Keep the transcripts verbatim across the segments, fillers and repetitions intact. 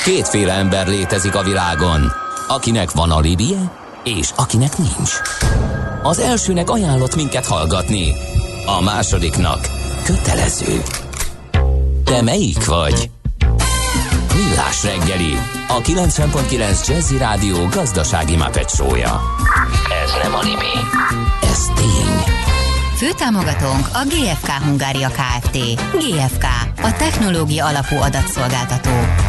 Kétféle ember létezik a világon, akinek van alibije, és akinek nincs. Az elsőnek ajánlott minket hallgatni, a másodiknak kötelező. Te melyik vagy? Millás reggeli, a kilencven pont kilenc Jazzy Rádió gazdasági Muppet show-ja. Ez nem anime, ez tény. Főtámogatónk a gé ef ká Hungária Kft. gé ef ká, a technológia alapú adatszolgáltató.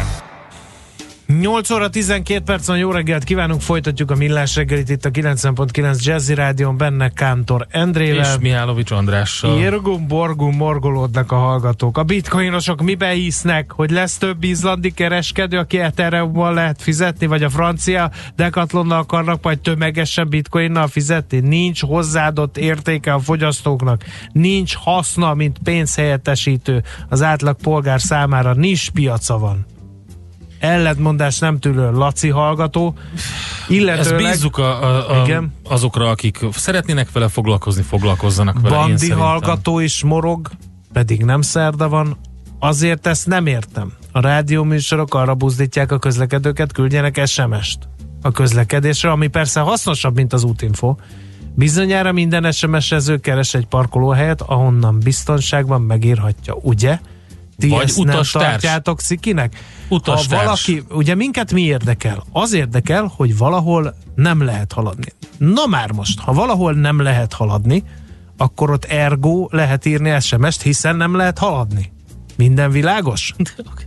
nyolc óra tizenkét perc van, jó reggelt kívánunk, folytatjuk a Millás reggelit itt a kilencven pont kilenc Jazzy Rádión, benne Kántor Endrével. És Mihálovics Andrással. Irgum, borgum, morgolódnak a hallgatók. A bitcoinosok mibe hisznek, hogy lesz több izlandi kereskedő, aki Ethereummal lehet fizetni, vagy a francia Decathlonnal akarnak majd tömegesen bitcoinnal fizetni? Nincs hozzáadott értéke a fogyasztóknak, nincs haszna, mint pénzhelyettesítő az átlag polgár számára, nincs piaca van. Ellentmondás nem tűrő Laci hallgató, illetőleg... Ezt bízzuk a, a, a, azokra, akik szeretnének vele foglalkozni, foglalkozzanak vele. Bandi hallgató is morog, pedig nem szerda van, azért ezt nem értem. A rádióműsorok arra buzdítják a közlekedőket, küldjenek es em est a közlekedésre, ami persze hasznosabb, mint az útinfo. Bizonyára minden es em es-ező keres egy parkolóhelyet, ahonnan biztonságban megírhatja, ugye? Ti vagy ezt utastárs. Nem tartjátok szikinek? Utastárs. Ha valaki, ugye minket mi érdekel? Az érdekel, hogy valahol nem lehet haladni. Na már most, ha valahol nem lehet haladni, akkor ott ergo lehet írni es em est, hiszen nem lehet haladni. Minden világos?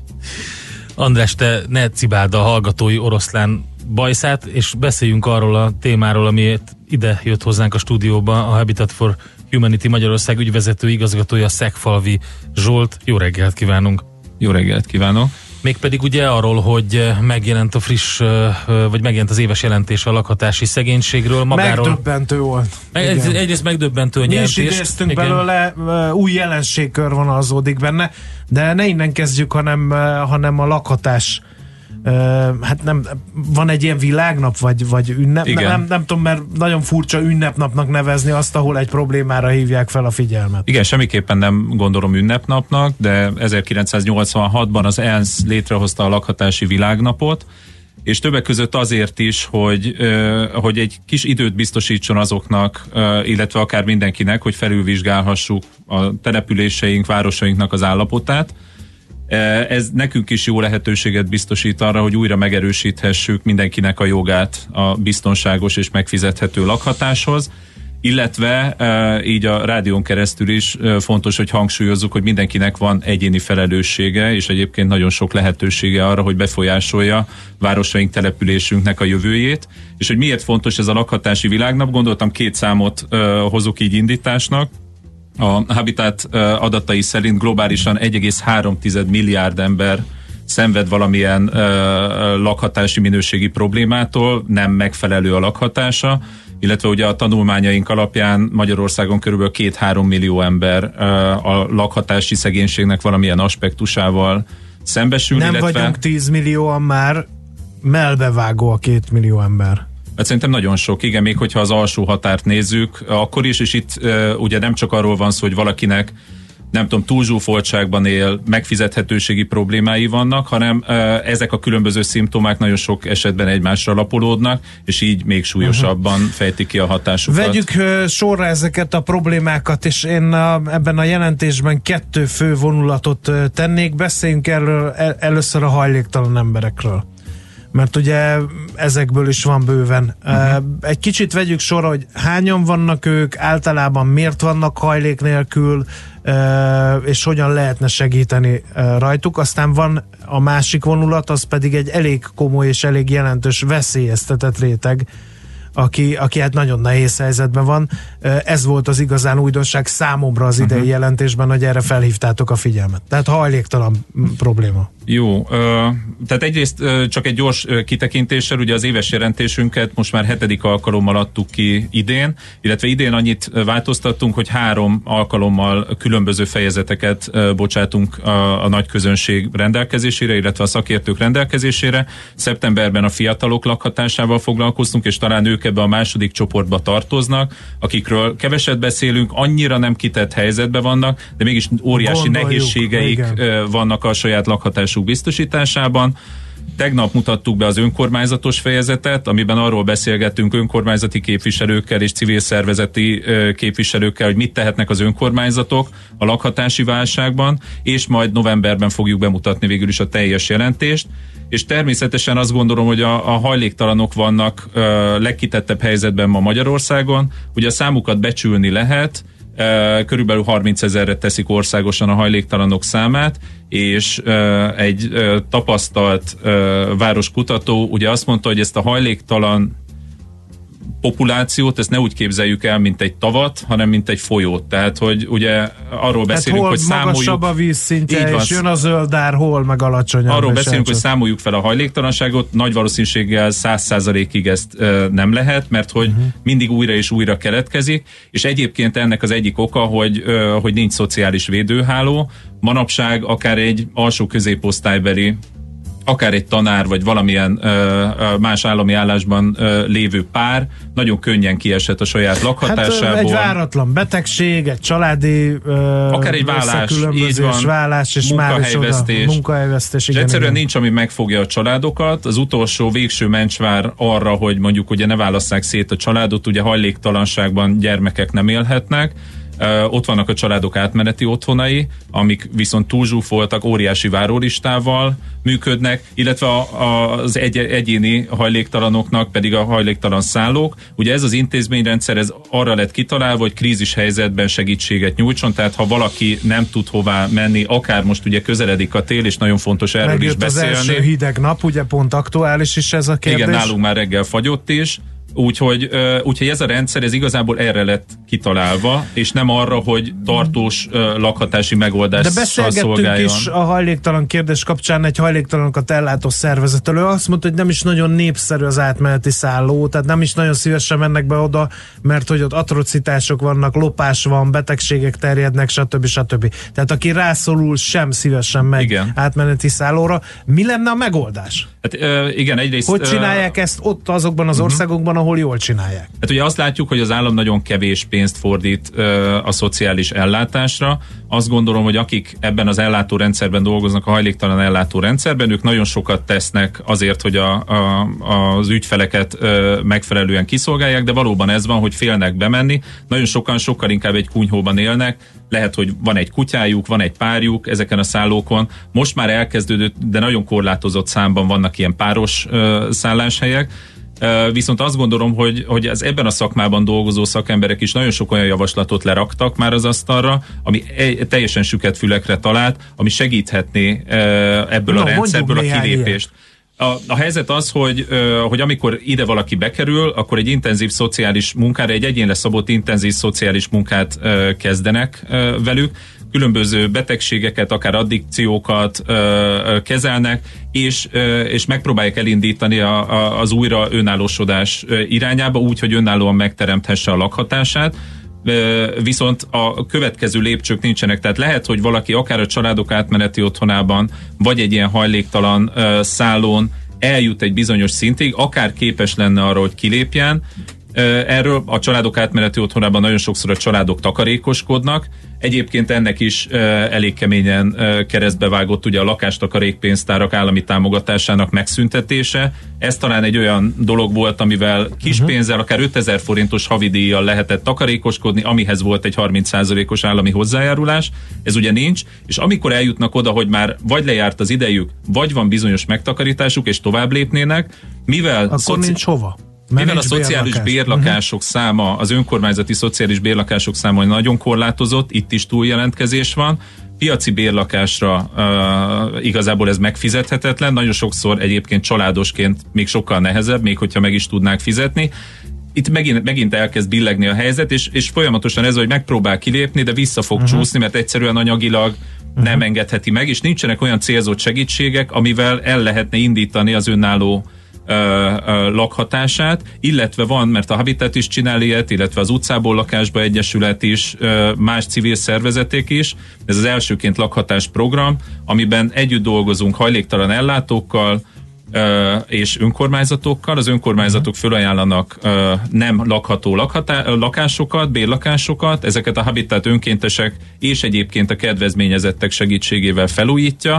András, te ne cibáld a hallgatói oroszlán bajszát, és beszéljünk arról a témáról, ami ide jött hozzánk a stúdióba, a Habitat for Humanity Magyarország ügyvezető igazgatója, Szegfalvi Zsolt. Jó reggelt kívánunk! Jó reggelt kívánok! Mégpedig ugye arról, hogy megjelent a friss, vagy megjelent az éves jelentés a lakhatási szegénységről. Magáról... Megdöbbentő volt. Meg, egyrészt megdöbbentő a Mi jelentést. is idéztünk igen. belőle, új jelenségkör vonalzódik benne, de ne innen kezdjük, hanem, hanem a lakhatás. Hát nem, van egy ilyen világnap, vagy, vagy ünnep, nem, nem, nem tudom, mert nagyon furcsa ünnepnapnak nevezni azt, ahol egy problémára hívják fel a figyelmet. Igen, semmiképpen nem gondolom ünnepnapnak, de ezerkilencszáznyolcvanhatban az ENSZ létrehozta a lakhatási világnapot, és többek között azért is, hogy, hogy egy kis időt biztosítson azoknak, illetve akár mindenkinek, hogy felülvizsgálhassuk a településeink, városainknak az állapotát. Ez nekünk is jó lehetőséget biztosít arra, hogy újra megerősíthessük mindenkinek a jogát a biztonságos és megfizethető lakhatáshoz, illetve így a rádión keresztül is fontos, hogy hangsúlyozzuk, hogy mindenkinek van egyéni felelőssége, és egyébként nagyon sok lehetősége arra, hogy befolyásolja városaink, településünknek a jövőjét. És hogy miért fontos ez a lakhatási világnap, gondoltam két számot hozok így indításnak. A Habitat adatai szerint globálisan egy egész három milliárd ember szenved valamilyen uh, lakhatási minőségi problémától, nem megfelelő a lakhatása, illetve ugye a tanulmányaink alapján Magyarországon körülbelül két-három millió ember uh, a lakhatási szegénységnek valamilyen aspektusával szembesül. Nem illetve... vagyunk tíz millióan már, melbevágó a két millió ember. Hát szerintem nagyon sok, igen, még hogyha az alsó határt nézzük, akkor is, és itt uh, ugye nem csak arról van szó, hogy valakinek nem tudom, túlzsúfoltságban él, megfizethetőségi problémái vannak, hanem uh, ezek a különböző szimptomák nagyon sok esetben egymásra lapolódnak, és így még súlyosabban fejtik ki a hatásukat. Vegyük uh, sorra ezeket a problémákat, és én a, ebben a jelentésben kettő fő vonulatot uh, tennék. Beszéljünk erről el, először a hajléktalan emberekről. Mert ugye ezekből is van bőven. Uh-huh. Egy kicsit vegyük sorra, hogy hányan vannak ők, általában miért vannak hajlék nélkül, és hogyan lehetne segíteni rajtuk. Aztán van a másik vonulat, az pedig egy elég komoly és elég jelentős veszélyeztetett réteg, aki, aki hát nagyon nehéz helyzetben van. Ez volt az igazán újdonság számomra az idei uh-huh. jelentésben, hogy erre felhívtátok a figyelmet. Tehát hajléktalan probléma. Jó, tehát egyrészt csak egy gyors kitekintéssel, ugye az éves jelentésünket most már hetedik alkalommal adtuk ki idén, illetve idén annyit változtattunk, hogy három alkalommal különböző fejezeteket bocsátunk a, a nagy közönség rendelkezésére, illetve a szakértők rendelkezésére. Szeptemberben a fiatalok lakhatásával foglalkoztunk, és talán ők ebbe a második csoportba tartoznak, akikről keveset beszélünk, annyira nem kitett helyzetben vannak, de mégis óriási Gondoljuk, nehézségeik igen. vannak a saját lakhatásuk biztosításában. Tegnap mutattuk be az önkormányzatos fejezetet, amiben arról beszélgettünk önkormányzati képviselőkkel és civil szervezeti képviselőkkel, hogy mit tehetnek az önkormányzatok a lakhatási válságban, és majd novemberben fogjuk bemutatni végül is a teljes jelentést. És természetesen azt gondolom, hogy a, a hajléktalanok vannak uh, legkitettebb helyzetben ma Magyarországon. Ugye a számukat becsülni lehet, uh, körülbelül harmincezerre teszik országosan a hajléktalanok számát, és uh, egy uh, tapasztalt uh, városkutató ugye azt mondta, hogy ezt a hajléktalan populációt, ezt ne úgy képzeljük el, mint egy tavat, hanem mint egy folyót. Tehát, hogy ugye arról beszélünk, hát hogy számoljuk... magasabb a vízszintje, és jön a zöldár, hol meg alacsonyabb. Arról beszélünk, hogy számoljuk fel a hajléktalanságot, nagy valószínűséggel száz százalékig ezt e, nem lehet, mert hogy uh-huh. mindig újra és újra keletkezik, és egyébként ennek az egyik oka, hogy, e, hogy nincs szociális védőháló. Manapság akár egy alsó középosztálybeli, akár egy tanár, vagy valamilyen ö, más állami állásban ö, lévő pár nagyon könnyen kieshet a saját lakhatásából. Hát egy váratlan betegség, egy családi ö, akár egy vállás, így van, vállás, és munkahelyvesztés. Már munkahelyvesztés. Igen, egyszerűen igen. Nincs, ami megfogja a családokat. Az utolsó végső mencsvár arra, hogy mondjuk ugye ne válasszák szét a családot, ugye hajléktalanságban gyermekek nem élhetnek. Uh, ott vannak a családok átmeneti otthonai, amik viszont túlzsúfoltak, óriási várólistával működnek, illetve a, a, az egy, egyéni hajléktalanoknak pedig a hajléktalan szállók. Ugye ez az intézményrendszer, ez arra lett kitalálva, hogy krízis helyzetben segítséget nyújtson, tehát ha valaki nem tud hová menni, akár most ugye közeledik a tél, és nagyon fontos erről Megjött is beszélni. Az első hideg nap, ugye pont aktuális is ez a kérdés. Igen, nálunk már reggel fagyott is. Úgyhogy, úgyhogy ez a rendszer, ez igazából erre lett kitalálva, és nem arra, hogy tartós lakhatási megoldást szolgáljon. De beszélgettünk is a hajléktalan kérdés kapcsán egy hajléktalanokat ellátó szervezetől. Ő azt mondta, hogy nem is nagyon népszerű az átmeneti szálló, tehát nem is nagyon szívesen mennek be oda, mert hogy ott atrocitások vannak, lopás van, betegségek terjednek, stb. stb. Tehát aki rászorul, sem szívesen megy igen. átmeneti szállóra. Mi lenne a megoldás? Hát uh, igen, egyrészt... Hogy csinálják uh, ezt ott azokban az uh-huh. országokban, ahol jól csinálják? Hát ugye azt látjuk, hogy az állam nagyon kevés pénzt fordít uh, a szociális ellátásra. Azt gondolom, hogy akik ebben az ellátórendszerben dolgoznak, a hajléktalan ellátórendszerben, ők nagyon sokat tesznek azért, hogy a, a, az ügyfeleket uh, megfelelően kiszolgálják, de valóban ez van, hogy félnek bemenni. Nagyon sokan sokkal inkább egy kunyhóban élnek. Lehet, hogy van egy kutyájuk, van egy párjuk ezeken a szállókon. Most már elkezdődött, de nagyon korlátozott számban vannak ilyen páros uh, szálláshelyek. Uh, viszont azt gondolom, hogy, hogy az ebben a szakmában dolgozó szakemberek is nagyon sok olyan javaslatot leraktak már az asztalra, ami e- teljesen süket fülekre talált, ami segíthetné uh, ebből no, a rendszerből a kilépést. A, a helyzet az, hogy, uh, hogy amikor ide valaki bekerül, akkor egy intenzív szociális munkára, egy egyénre szabott intenzív szociális munkát uh, kezdenek uh, velük, különböző betegségeket, akár addikciókat uh, kezelnek, és, uh, és megpróbálják elindítani a, a, az újra önállósodás uh, irányába, úgy, hogy önállóan megteremthesse a lakhatását. Viszont a következő lépcsők nincsenek, tehát lehet, hogy valaki akár a családok átmeneti otthonában, vagy egy ilyen hajléktalan uh, szállón eljut egy bizonyos szintig, akár képes lenne arra, hogy kilépjen. Uh, erről a családok átmeneti otthonában nagyon sokszor a családok takarékoskodnak. Egyébként ennek is uh, elég keményen uh, keresztbe vágott ugye a lakástakarékpénztárak állami támogatásának megszüntetése. Ez talán egy olyan dolog volt, amivel kis uh-huh. pénzzel, akár ötezer forintos havidíjjal lehetett takarékoskodni, amihez volt egy harminc százalékos állami hozzájárulás. Ez ugye nincs, és amikor eljutnak oda, hogy már vagy lejárt az idejük, vagy van bizonyos megtakarításuk, és tovább lépnének, mivel... Akkor szoci... nincs hova. Mivel a szociális bérlakás. bérlakások uh-huh. száma, az önkormányzati szociális bérlakások száma nagyon korlátozott, itt is túljelentkezés van, piaci bérlakásra uh, igazából ez megfizethetetlen, nagyon sokszor egyébként családosként még sokkal nehezebb, még hogyha meg is tudnák fizetni. Itt megint, megint elkezd billegni a helyzet, és, és folyamatosan ez, hogy megpróbál kilépni, de vissza fog uh-huh. csúszni, mert egyszerűen anyagilag uh-huh. nem engedheti meg, és nincsenek olyan célzott segítségek, amivel el lehetne indítani az önálló Ö, ö, lakhatását, illetve van, mert a Habitat is csinál ilyet, illetve az Utcából Lakásba Egyesület is, ö, más civil szervezetek is. Ez az elsőként lakhatás program, amiben együtt dolgozunk hajléktalan ellátókkal ö, és önkormányzatokkal. Az önkormányzatok fölajánlanak ö, nem lakható lakhatá- lakásokat, bérlakásokat, ezeket a Habitat önkéntesek és egyébként a kedvezményezettek segítségével felújítja.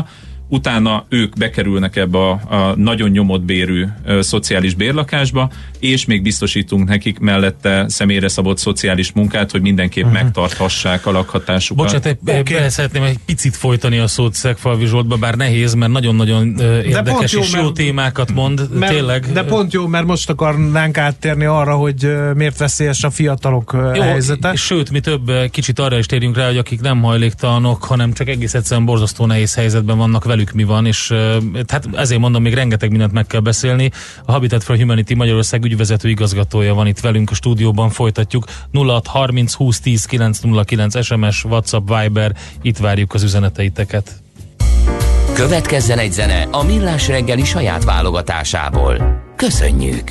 utána ők bekerülnek ebbe a, a nagyon nyomott bérű ö, szociális bérlakásba, és még biztosítunk nekik mellette személyre szabott szociális munkát, hogy mindenképp uh-huh. megtarthassák a lakhatásukat. Bocsánat, okay. szeretném egy picit folytani a szót Szegfalvi Zsoltba, bár nehéz, mert nagyon-nagyon uh, érdekes jó, és jó mert, témákat mond, mert, tényleg. De pont jó, mert most akarnánk áttérni arra, hogy uh, miért veszélyes a fiatalok uh, jó, helyzete. Sőt, mi több, kicsit arra is térjünk rá, hogy akik nem hajléktalanok, hanem csak egész egyszerűen borzasztó nehéz helyzetben vannak, velük mi van, és uh, hát ezért mondom, még rengeteg mindent meg kell beszélni. A Habitat for Humanity Magyarország ügyvezető igazgatója van itt velünk a stúdióban, folytatjuk. nulla hat harminc húsz tíz kilenc nulla kilenc es em es, WhatsApp, Viber, itt várjuk az üzeneteiteket. Következzen egy zene a Millás reggeli saját válogatásából. Köszönjük!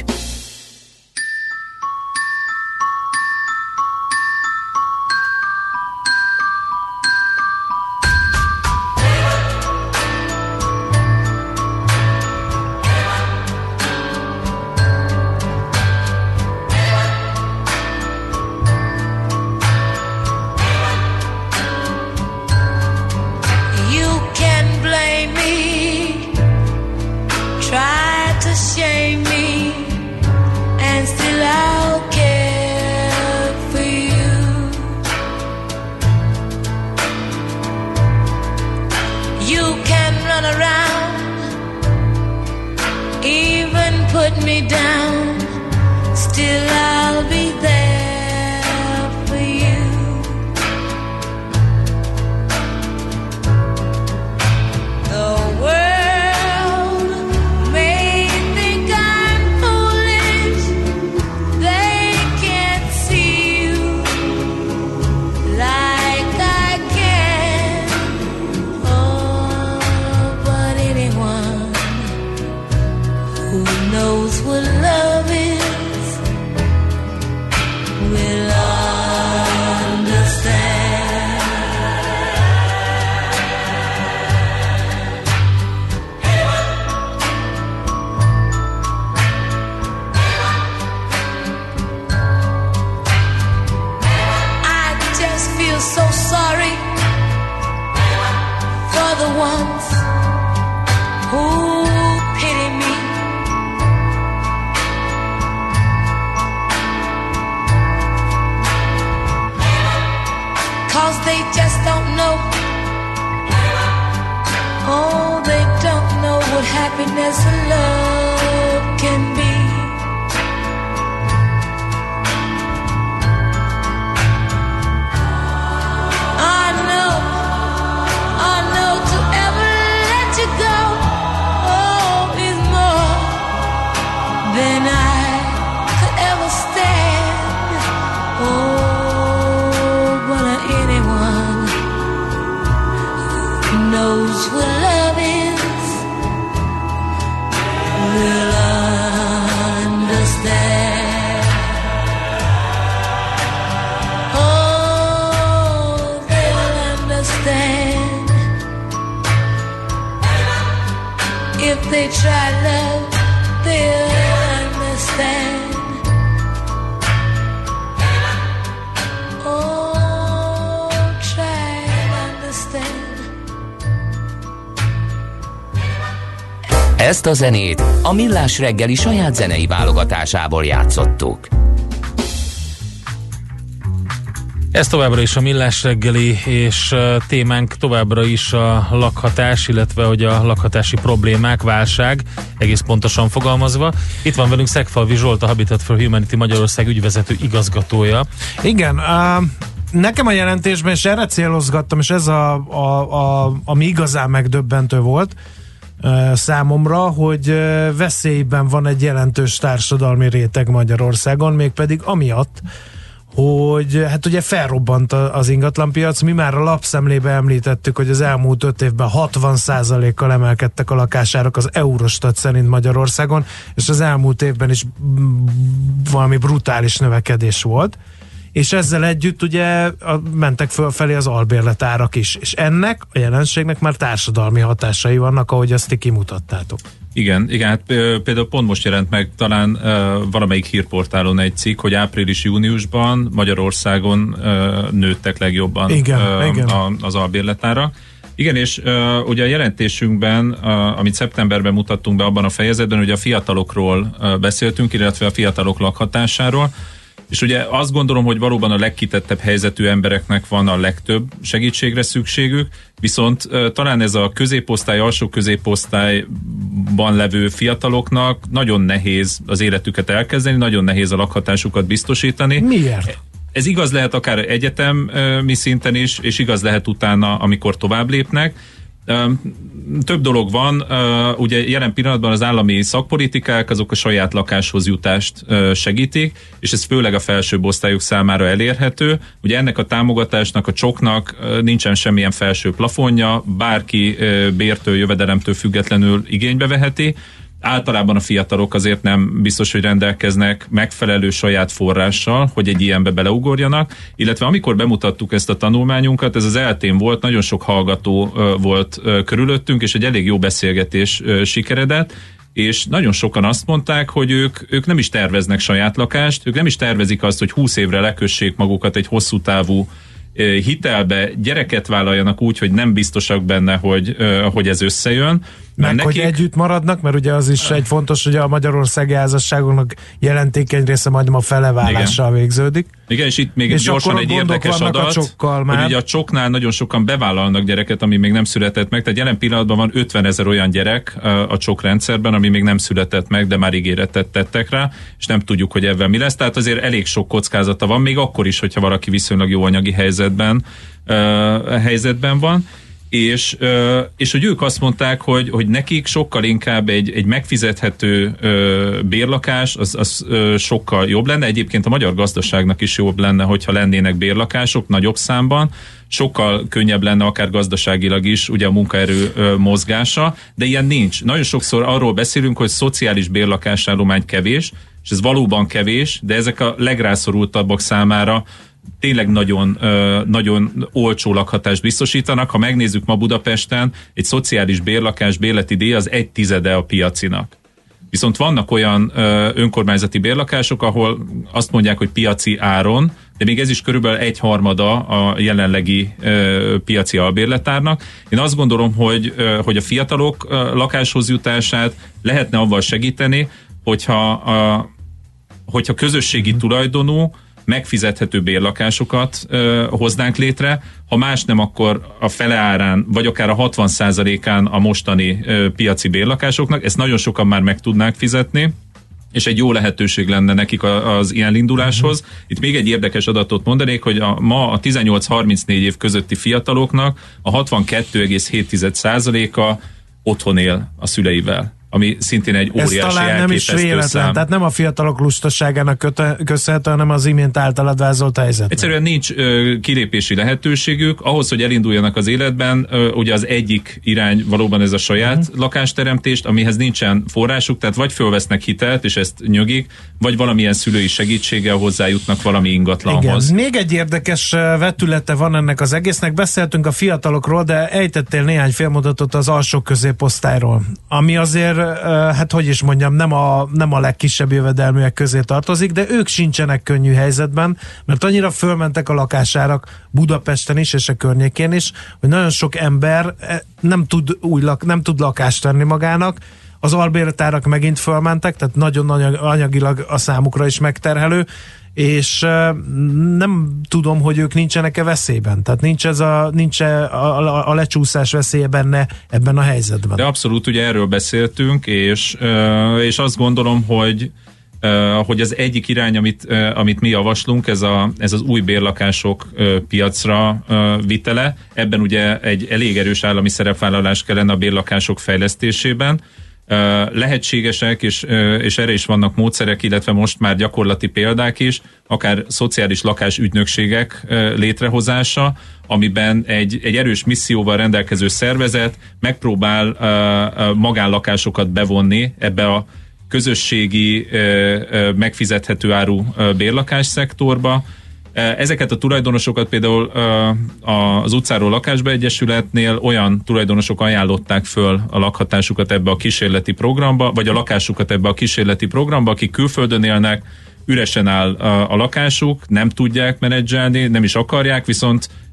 Ezt a zenét a Millás reggeli saját zenei válogatásából játszottuk. Ez továbbra is a Millás reggeli, és témánk továbbra is a lakhatás, illetve hogy a lakhatási problémák, válság, egész pontosan fogalmazva. Itt van velünk Szegfalvi Zsolt, a Habitat for Humanity Magyarország ügyvezető igazgatója. Igen, uh, nekem a jelentésben, és erre célozgattam, és ez a, a, a, ami igazán megdöbbentő volt uh, számomra, hogy uh, veszélyben van egy jelentős társadalmi réteg Magyarországon, mégpedig amiatt, hogy hát ugye felrobbant az ingatlanpiac, mi már a lapszemlébe említettük, hogy az elmúlt öt évben hatvan százalékkal emelkedtek a lakásárak az Eurostat szerint Magyarországon, és az elmúlt évben is valami brutális növekedés volt, és ezzel együtt ugye mentek fölfelé az albérletárak is, és ennek a jelenségnek már társadalmi hatásai vannak, ahogy azt ti kimutattátok. Igen, igen, hát például pont most jelent meg talán uh, valamelyik hírportálon egy cikk, hogy április-júniusban Magyarországon uh, nőttek legjobban igen, uh, igen. A, az albérletára. Igen, és uh, ugye a jelentésünkben, uh, amit szeptemberben mutattunk be abban a fejezetben, ugye a fiatalokról uh, beszéltünk, illetve a fiatalok lakhatásáról, és ugye azt gondolom, hogy valóban a legkitettebb helyzetű embereknek van a legtöbb segítségre szükségük, viszont uh, talán ez a középosztály, alsó középosztályban levő fiataloknak nagyon nehéz az életüket elkezdeni, nagyon nehéz a lakhatásukat biztosítani. Miért? Ez igaz lehet akár egyetemi szinten is, és igaz lehet utána, amikor tovább lépnek. Több dolog van, ugye jelen pillanatban az állami szakpolitikák azok a saját lakáshoz jutást segítik, és ez főleg a felsőbb osztályok számára elérhető. Ugye ennek a támogatásnak, a csoknak nincsen semmilyen felső plafonja, bárki bértől, jövedelemtől függetlenül igénybe veheti. Általában a fiatalok azért nem biztos, hogy rendelkeznek megfelelő saját forrással, hogy egy ilyenbe beleugorjanak, illetve amikor bemutattuk ezt a tanulmányunkat, ez az eltén volt, nagyon sok hallgató volt körülöttünk, és egy elég jó beszélgetés sikeredett, és nagyon sokan azt mondták, hogy ők, ők nem is terveznek saját lakást, ők nem is tervezik azt, hogy húsz évre lekössék magukat egy hosszú távú hitelbe, gyereket vállaljanak úgy, hogy nem biztosak benne, hogy, hogy ez összejön. Meg nekik... hogy együtt maradnak, mert ugye az is egy fontos, hogy a magyarországi házasságoknak jelentékeny része majdnem a fele válással végződik. Igen, és itt még és gyorsan egy érdekes adat, hogy ugye a csoknál nagyon sokan bevállalnak gyereket, ami még nem született meg, tehát jelen pillanatban van ötvenezer olyan gyerek a csokrendszerben, ami még nem született meg, de már ígéretet tettek rá, és nem tudjuk, hogy ebben mi lesz, tehát azért elég sok kockázata van, még akkor is, hogyha valaki viszonylag jó anyagi helyzetben, uh, helyzetben van. És, és hogy ők azt mondták, hogy, hogy nekik sokkal inkább egy, egy megfizethető bérlakás, az, az sokkal jobb lenne. Egyébként a magyar gazdaságnak is jobb lenne, hogyha lennének bérlakások nagyobb számban. Sokkal könnyebb lenne akár gazdaságilag is ugye a munkaerő mozgása, de ilyen nincs. Nagyon sokszor arról beszélünk, hogy szociális bérlakásállomány kevés, és ez valóban kevés, de ezek a legrászorultabbak számára tényleg nagyon, nagyon olcsó lakhatást biztosítanak. Ha megnézzük ma Budapesten, egy szociális bérlakás bérleti díj az egy tizede a piacinak. Viszont vannak olyan önkormányzati bérlakások, ahol azt mondják, hogy piaci áron, de még ez is körülbelül egy harmada a jelenlegi piaci albérletárnak. Én azt gondolom, hogy, hogy a fiatalok lakáshoz jutását lehetne avval segíteni, hogyha, a, hogyha közösségi tulajdonú, megfizethető bérlakásokat ö, hoznánk létre, ha más nem, akkor a fele árán, vagy akár a hatvan százalékán a mostani ö, piaci bérlakásoknak, ezt nagyon sokan már meg tudnák fizetni, és egy jó lehetőség lenne nekik a, az ilyen induláshoz. Itt még egy érdekes adatot mondanék, hogy a, ma a tizennyolc-harmincnégy év közötti fiataloknak a hatvankettő egész hét százaléka otthon él a szüleivel, ami szintén egy óriási elképesztő szám. Ez talán nem is véletlen, tehát nem a fiatalok lustaságának köszönhető, hanem az imént általad vázolt helyzet. Egyszerűen nincs ö, kilépési lehetőségük, ahhoz, hogy elinduljanak az életben, ö, ugye az egyik irány valóban ez a saját uh-huh. lakásteremtést, amihez nincsen forrásuk, tehát vagy fölvesznek hitelt, és ezt nyögik, vagy valamilyen szülői segítséggel hozzájutnak valami ingatlanhoz. Igen. Még egy érdekes vetülete van ennek az egésznek, beszéltünk a fiatalokról, de ejtettél néhány félmondatot az alsó középosztályról, ami azért hát hogy is mondjam, nem a, nem a legkisebb jövedelműek közé tartozik, de ők sincsenek könnyű helyzetben, mert annyira fölmentek a lakásárak Budapesten is, és a környékén is, hogy nagyon sok ember nem tud, új lak, nem tud lakást venni magának, az albérletárak megint fölmentek, tehát nagyon anyagilag a számukra is megterhelő, és nem tudom, hogy ők nincsenek-e veszélyben. Tehát nincs ez a, nincs a, a, a lecsúszás veszélye benne ebben a helyzetben. De abszolút, ugye erről beszéltünk, és, és azt gondolom, hogy hogy az egyik irány, amit, amit mi javaslunk, ez, a, ez az új bérlakások piacra vitele. Ebben ugye egy elég erős állami szerepvállalás kellene a bérlakások fejlesztésében. Lehetségesek, és, és erre is vannak módszerek, illetve most már gyakorlati példák is, akár szociális lakásügynökségek létrehozása, amiben egy, egy erős misszióval rendelkező szervezet megpróbál magánlakásokat bevonni ebbe a közösségi megfizethető áru bérlakás szektorba. Ezeket a tulajdonosokat például az utcáról lakásba egyesületnél olyan tulajdonosok ajánlották föl a lakhatásukat ebbe a kísérleti programba, vagy a lakásukat ebbe a kísérleti programba, akik külföldön élnek, üresen áll a lakásuk, nem tudják menedzselni, nem is akarják, viszont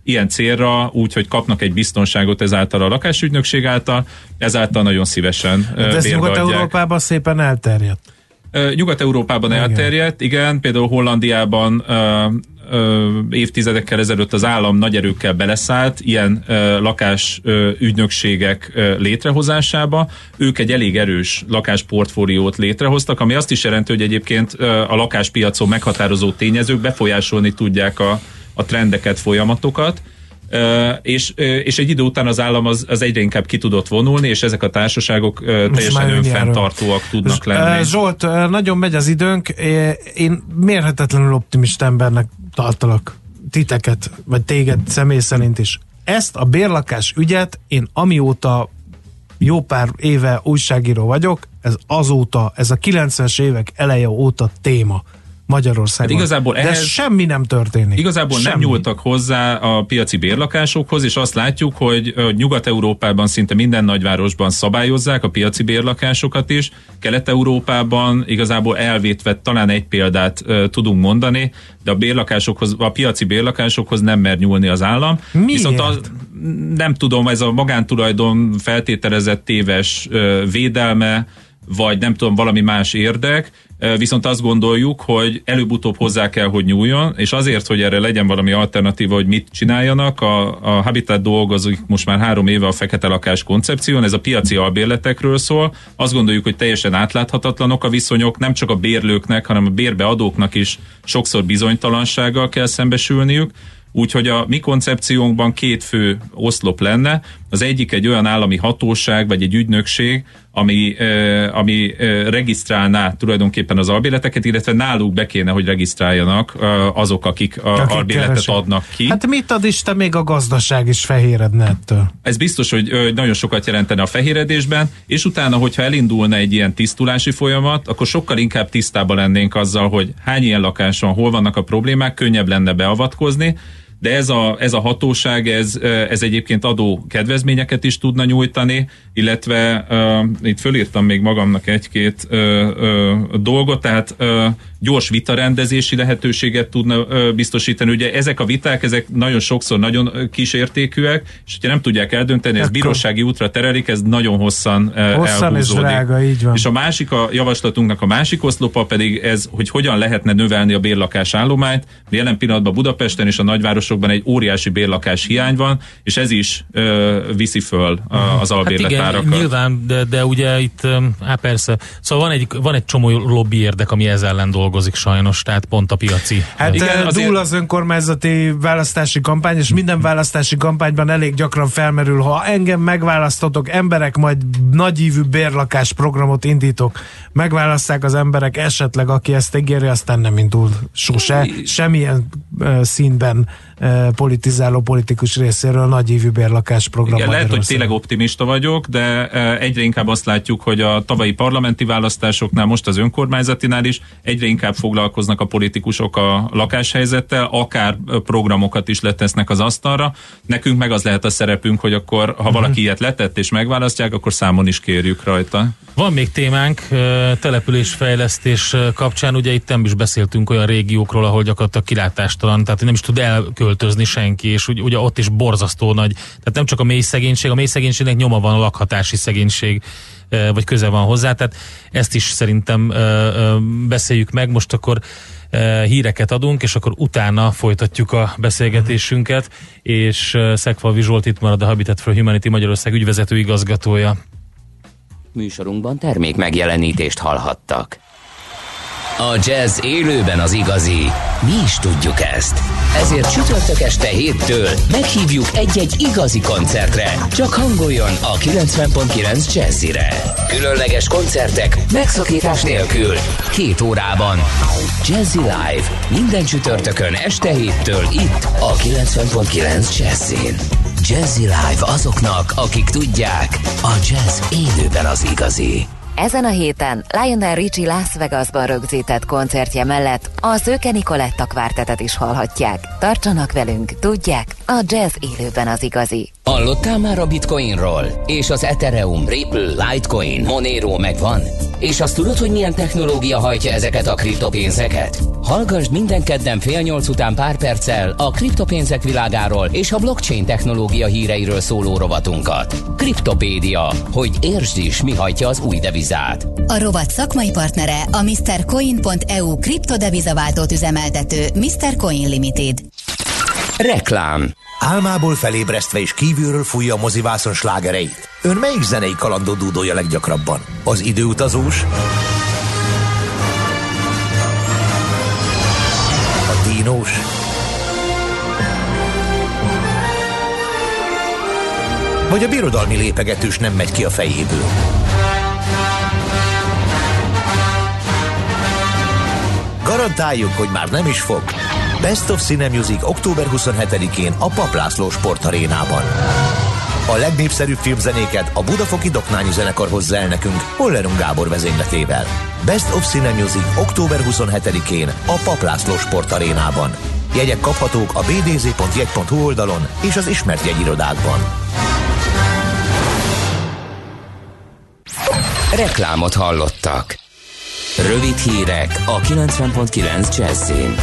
ilyen célra, úgy, hogy kapnak egy biztonságot ezáltal a lakásügynökség által, ezáltal nagyon szívesen de ez Nyugat-Európában szépen elterjedt. Nyugat-Európában igen. elterjedt, igen, például Hollandiában ö, ö, évtizedekkel ezelőtt az állam nagy erőkkel beleszállt ilyen ö, lakás ö, ügynökségek ö, létrehozásába. Ők egy elég erős lakásportfóliót létrehoztak, ami azt is jelenti, hogy egyébként ö, a lakáspiacon meghatározó tényezők befolyásolni tudják a, a trendeket, folyamatokat. Uh, és, uh, és egy idő után az állam az, az egyre inkább ki tudott vonulni, és ezek a társaságok uh, teljesen önfenntartóak tudnak lenni. Zsolt, nagyon megy az időnk, én mérhetetlenül optimista embernek tartalak titeket, vagy téged személy szerint is. Ezt a bérlakás ügyet én amióta jó pár éve újságíró vagyok, ez azóta, ez a kilencvenes évek eleje óta téma Magyarországon. Hát igazából ehhez, de semmi nem történik. Igazából semmi. Nem nyúltak hozzá a piaci bérlakásokhoz, és azt látjuk, hogy Nyugat-Európában szinte minden nagyvárosban szabályozzák a piaci bérlakásokat is. Kelet-Európában igazából elvétve talán egy példát uh, tudunk mondani, de a bérlakásokhoz, a piaci bérlakásokhoz nem mer nyúlni az állam. Miért? Viszont a, nem tudom, ez a magántulajdon feltételezett téves uh, védelme, vagy nem tudom, valami más érdek, viszont azt gondoljuk, hogy előbb-utóbb hozzá kell, hogy nyúljon, és azért, hogy erre legyen valami alternatíva, hogy mit csináljanak, a, a Habitat dolgozik most már három éve a fekete lakás koncepción, ez a piaci albérletekről szól. Azt gondoljuk, hogy teljesen átláthatatlanok a viszonyok, nem csak a bérlőknek, hanem a bérbeadóknak is sokszor bizonytalansággal kell szembesülniük. Úgyhogy a mi koncepciónkban két fő oszlop lenne. Az egyik egy olyan állami hatóság, vagy egy ügynökség, ami, eh, ami eh, regisztrálná tulajdonképpen az albérleteket, illetve náluk be kéne, hogy regisztráljanak eh, azok, akik a akik albérletet keresik. Adnak ki. Hát mit ad Isten, még a gazdaság is fehéredne ettől? Ez biztos, hogy eh, nagyon sokat jelentene a fehéredésben, és utána, hogyha elindulna egy ilyen tisztulási folyamat, akkor sokkal inkább tisztában lennénk azzal, hogy hány ilyen lakás van, hol vannak a problémák, könnyebb lenne beavatkozni, de ez a, ez a hatóság, ez, ez egyébként adó kedvezményeket is tudna nyújtani, illetve uh, itt fölírtam még magamnak egy-két uh, uh, dolgot, tehát uh, gyors vitarendezési lehetőséget tudna uh, biztosítani. Ugye ezek a viták, ezek nagyon sokszor nagyon kísértékűek, és hogyha nem tudják eldönteni, ez bírósági útra terelik, ez nagyon hosszan, uh, hosszan és drága, így van. És a másik, a javaslatunknak a másik oszlopa pedig ez, hogy hogyan lehetne növelni a bérlakás állományt. Jelen pillanatban Budapesten és a nagyvárosokban egy óriási bérlakás hiány van, és ez is uh, viszi föl uh, az albérletárakat. Hát igen, nyilván, de, de ugye itt, hát persze, szóval van egy, van egy csomó lobby érdek, ami ez ellen dolgozik sajnos, tehát pont a piaci. Hát igen, azért... dúl az önkormányzati választási kampány, és minden választási kampányban elég gyakran felmerül, ha engem megválasztotok, emberek, majd nagyívű bérlakás programot indítok, megválaszták az emberek, esetleg aki ezt ígéri, aztán nem indul sose, semmilyen uh, színben uh, politizáló politikus részéről nagyívű bérlakás program. Igen, lehet, hogy tényleg optimista vagyok, de uh, egyre inkább azt látjuk, hogy a tavalyi parlamenti választásoknál, most az önkormányzatinál is egyre inkább foglalkoznak a politikusok a lakáshelyzettel, akár programokat is letesznek az asztalra. Nekünk meg az lehet a szerepünk, hogy akkor, ha valaki ilyet letett és megválasztják, akkor számon is kérjük rajta. Van még témánk, településfejlesztés kapcsán, ugye itt nem is beszéltünk olyan régiókról, ahol gyakorlatilag kilátástalan, tehát nem is tud elköltözni senki, és ugye ott is borzasztó nagy, tehát nem csak a mély szegénység, a mély szegénységnek nyoma van a lakhatási szegénység, vagy köze van hozzá, tehát ezt is szerintem beszéljük meg, most akkor híreket adunk, és akkor utána folytatjuk a beszélgetésünket, és Szegfalvi Zsolt itt marad, a Habitat for Humanity Magyarország ügyvezető igazgatója. Műsorunkban termék megjelenítést hallhattak. A jazz élőben az igazi. Mi is tudjuk ezt. Ezért csütörtök este héttől meghívjuk egy-egy igazi koncertre. Csak hangoljon a kilencven pont kilenc Jazzire. Különleges koncertek megszakítás nélkül. Két órában. Jazzy Live. Minden csütörtökön este héttől itt a kilencven pont kilenc Jazzin. Jazzy Live azoknak, akik tudják, a jazz élőben az igazi. Ezen a héten Lionel Richie Las Vegasban rögzített koncertje mellett a Szőke Nicoletta kvártetet is hallhatják. Tartsanak velünk, tudják, a jazz élőben az igazi. Hallottál már a Bitcoinról? És az Ethereum, Ripple, Litecoin, Monero megvan? És azt tudod, hogy milyen technológia hajtja ezeket a kriptopénzeket? Hallgassd minden kedden fél nyolc után pár perccel a kriptopénzek világáról és a blockchain technológia híreiről szóló rovatunkat. Kriptopédia, hogy értsd is, mi hajtja az új devizát. A rovat szakmai partnere a mister Coin pont e u kriptodevizaváltót üzemeltető mister Coin Limited. Reklám. Álmából felébresztve és kívülről fújja a mozivászon slágereit. Ön melyik zenei kalandot dúdolja leggyakrabban? Az időutazós? A dínós? Vagy a birodalmi lépegetős nem megy ki a fejéből? Garantáljuk, hogy már nem is fog. Best of Cine Music október huszonhetedikén a Papp László Sportarénában. A legnépszerűbb filmzenéket a Budafoki Doknányi Zenekar hozza el nekünk Hollerung Gábor vezényletével. Best of Cine Music október huszonhetedikén a Papp László Sportarénában. Jegyek kaphatók a bé dé zé pont jegy pont hu oldalon és az ismert jegyirodákban. Reklámot hallottak. Rövid hírek a kilencven pont kilenc Jazzin.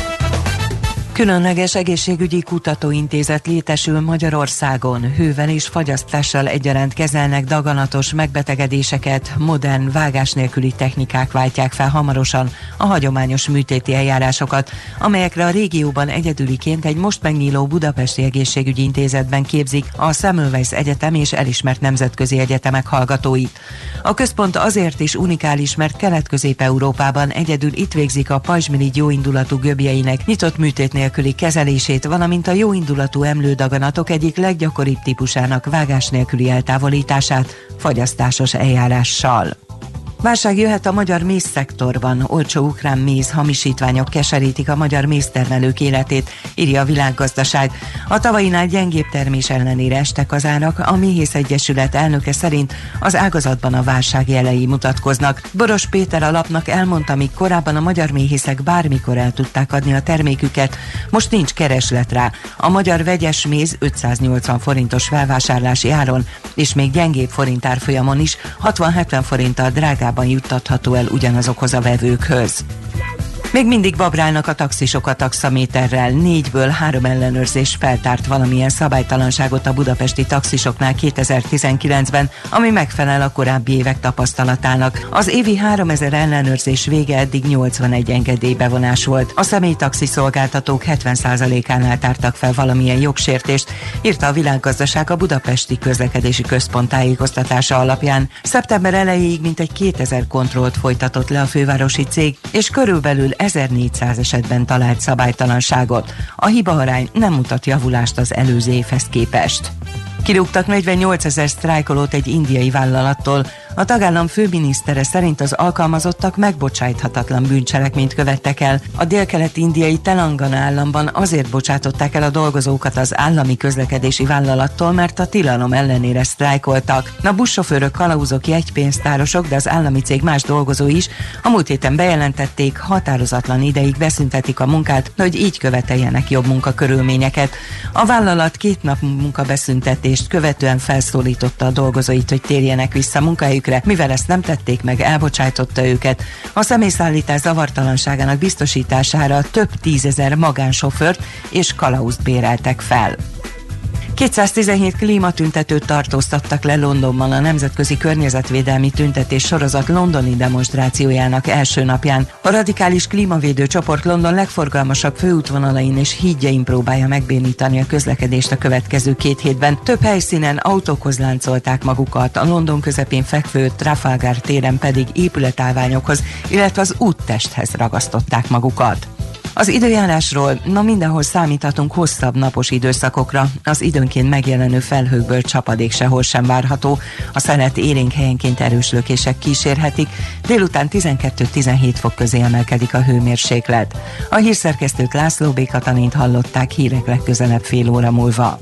Különleges egészségügyi kutatóintézet létesül Magyarországon. Hővel és fagyasztással egyaránt kezelnek daganatos megbetegedéseket, modern vágás nélküli technikák váltják fel hamarosan a hagyományos műtéti eljárásokat, amelyekre a régióban egyedüliként egy most megnyíló budapesti egészségügyi intézetben képzik a Semmelweis Egyetem és elismert nemzetközi egyetemek hallgatóit. A központ azért is unikális, mert Kelet-Közép-Európában egyedül itt végzik a pajzsmirigy jóindulatú göbjeinek nyitott műtét nélküli kezelését, valamint a jóindulatú emlődaganatok egyik leggyakoribb típusának vágás nélküli eltávolítását fagyasztásos eljárással. Válság jöhet a magyar mézszektorban, olcsó ukrán méz hamisítványok keserítik a magyar méztermelők életét, írja a Világgazdaság. A tavainál gyengébb termés ellenére estek az árak, a Méhész Egyesület elnöke szerint az ágazatban a válság jelei mutatkoznak. Boros Péter a lapnak elmondta, míg korábban a magyar méhészek bármikor el tudták adni a terméküket, most nincs kereslet rá. A magyar vegyes méz ötszáznyolcvan forintos felvásárlási áron, és még gyengébb forint árfolyamon is hatvan-hetven forinttal drágább juttatható el ugyanazokhoz a vevőkhöz. Még mindig babrálnak a taxisok a taxaméterrel. Négyből három ellenőrzés feltárt valamilyen szabálytalanságot a budapesti taxisoknál kétezer-tizenkilencben, ami megfelel a korábbi évek tapasztalatának. Az évi háromezer ellenőrzés vége eddig nyolcvanegy engedélybevonás volt. A személytaxi szolgáltatók hetven százalékánál tártak fel valamilyen jogsértést, írta a Világgazdaság a Budapesti Közlekedési Központ tájékoztatása alapján. Szeptember elejéig mintegy kétezer kontrollt folytatott le a fővárosi cég, és körülbelül ezernégyszáz esetben talált szabálytalanságot. A hibaarány nem mutat javulást az előző évhez képest. Kirúgtak negyvennyolcezer sztrájkolót egy indiai vállalattól. A tagállam főminisztere szerint az alkalmazottak megbocsájthatatlan bűncselekményt követtek el. A délkeleti indiai Telangana államban azért bocsátották el a dolgozókat az állami közlekedési vállalattól, mert a tilalom ellenére sztrájkoltak. A buszsofőrök, kalauzok, jegypénztárosok, de az állami cég más dolgozói is a múlt héten bejelentették, határozatlan ideig beszüntetik a munkát, hogy így követeljenek jobb munkakörülményeket. A vállalat két nap munkabeszüntetést követően felszólította a dolgozóit, hogy térjenek vissza munkájukra, mivel ezt nem tették meg, elbocsájtotta őket. A személyszállítás zavartalanságának biztosítására több tízezer magánsofőrt és kalauzt béreltek fel. kétszáztizenhét klímatüntetőt tartóztattak le Londonban a Nemzetközi Környezetvédelmi Tüntetés sorozat londoni demonstrációjának első napján. A radikális klímavédő csoport London legforgalmasabb főútvonalain és hídjain próbálja megbénítani a közlekedést a következő két hétben. Több helyszínen autókhoz láncolták magukat, a London közepén fekvő Trafalgar téren pedig épületállványokhoz, illetve az úttesthez ragasztották magukat. Az időjárásról, na mindenhol számíthatunk hosszabb napos időszakokra, az időnként megjelenő felhőkből csapadék sehol sem várható, a szelet élénk helyenként erős lökések kísérhetik, délután tizenkettő-tizenhét fok közé emelkedik a hőmérséklet. A hírszerkesztőt László B. Katalint hallották, hírek legközelebb fél óra múlva.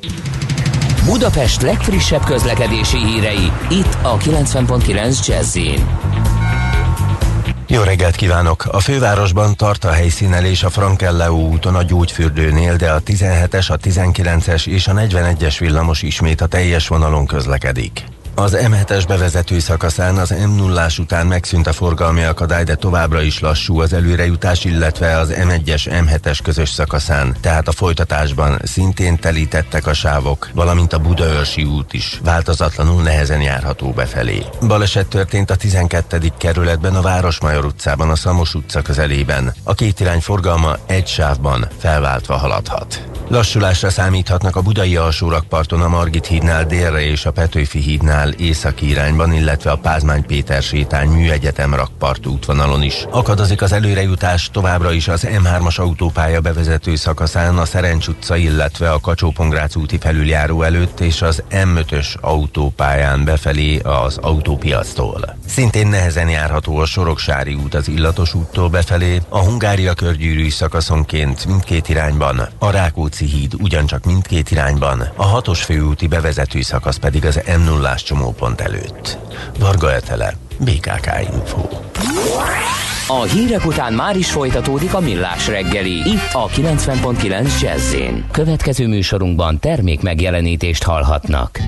Budapest legfrissebb közlekedési hírei, itt a kilencven pont kilenc Jazz-in. Jó reggelt kívánok! A fővárosban tart a helyszínelés a Frank-Elleó úton a Gyógyfürdőnél, de a tizenhetes, a tizenkilences és a negyvenegyes villamos ismét a teljes vonalon közlekedik. Az em hetes bevezető szakaszán az em nullás után megszűnt a forgalmi akadály, de továbbra is lassú az előrejutás, illetve az em egyes em hetes közös szakaszán, tehát a folytatásban szintén telítettek a sávok, valamint a Budaörsi út is változatlanul nehezen járható befelé. Baleset történt a tizenkettedik kerületben, a Városmajor utcában, a Szamos utca közelében. A két irány forgalma egy sávban felváltva haladhat. Lassulásra számíthatnak a budai alsórakparton, a Margit hídnál délre és a Petőfi hídnál északi irányban, illetve a Pázmány Péter sétány Műegyetem rakpart útvonalon is. Akadozik az előrejutás továbbra is az em hármas autópálya bevezető szakaszán, a Szerencs utca, illetve a Kacsó-Pongrác úti felüljáró előtt és az em ötös autópályán befelé az autópiactól. Szintén nehezen járható a Soroksári út az Illatos úttól befelé, a Hungária körgyűrű szakaszonként mindkét irányban, a Rákóczi híd ugyancsak mindkét irányban, a hatos főúti bevezető szakasz pedig az em nullás csomópont előtt. Varga Etele, bé ká ká Info. A hírek után már is folytatódik a Millás reggeli, itt a kilencven pont kilenc Jazz-én. Következő műsorunkban termék megjelenítést hallhatnak.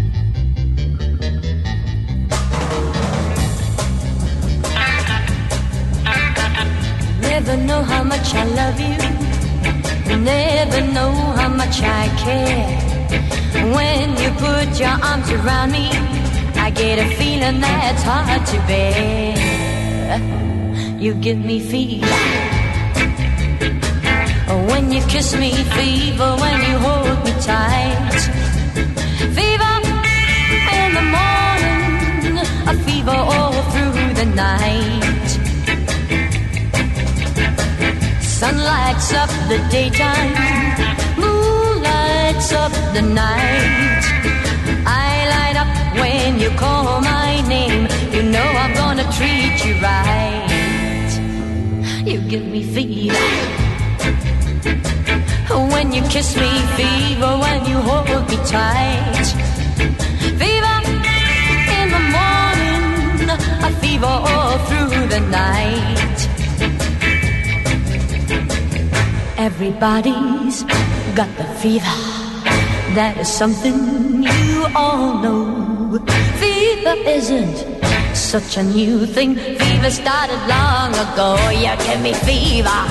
Never know how much I love you. Never know how much I care. When you put your arms around me, I get a feeling that's hard to bear. You give me fever when you kiss me, fever when you hold me tight. Fever in the morning, a fever all through the night. Sun lights up the daytime, moon lights up the night. I light up when you call my name. You know I'm gonna treat you right. You give me fever when you kiss me, fever when you hold me tight. Fever in the morning, a fever all through the night. Everybody's got the fever. That is something you all know. Fever isn't such a new thing. Fever started long ago. You give me fever.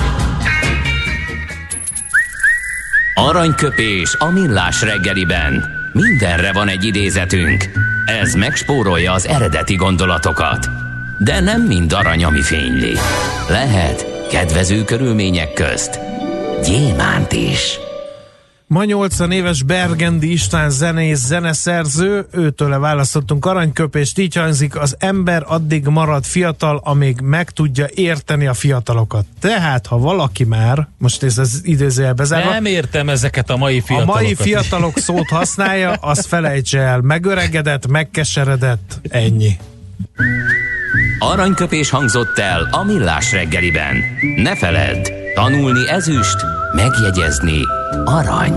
Aranyköpés a Millás reggeliben. Mindenre van egy idézetünk. Ez megspórolja az eredeti gondolatokat. De nem mind arany, ami fényli. Lehet kedvező körülmények közt gyémánt is. Ma nyolcvan éves Bergendi István zenész, zeneszerző, őtőle választottunk aranyköpést, így hangzik: az ember addig marad fiatal, amíg meg tudja érteni a fiatalokat. Tehát, ha valaki már, most ez az idézőjelbe zárva, nem értem ezeket a mai fiatalokat. A mai fiatalok szót használja, az felejtse el. Megöregedett, megkeseredett, ennyi. Aranyköpés hangzott el a Millás reggeliben. Ne feledd, tanulni ezüst, megjegyezni arany.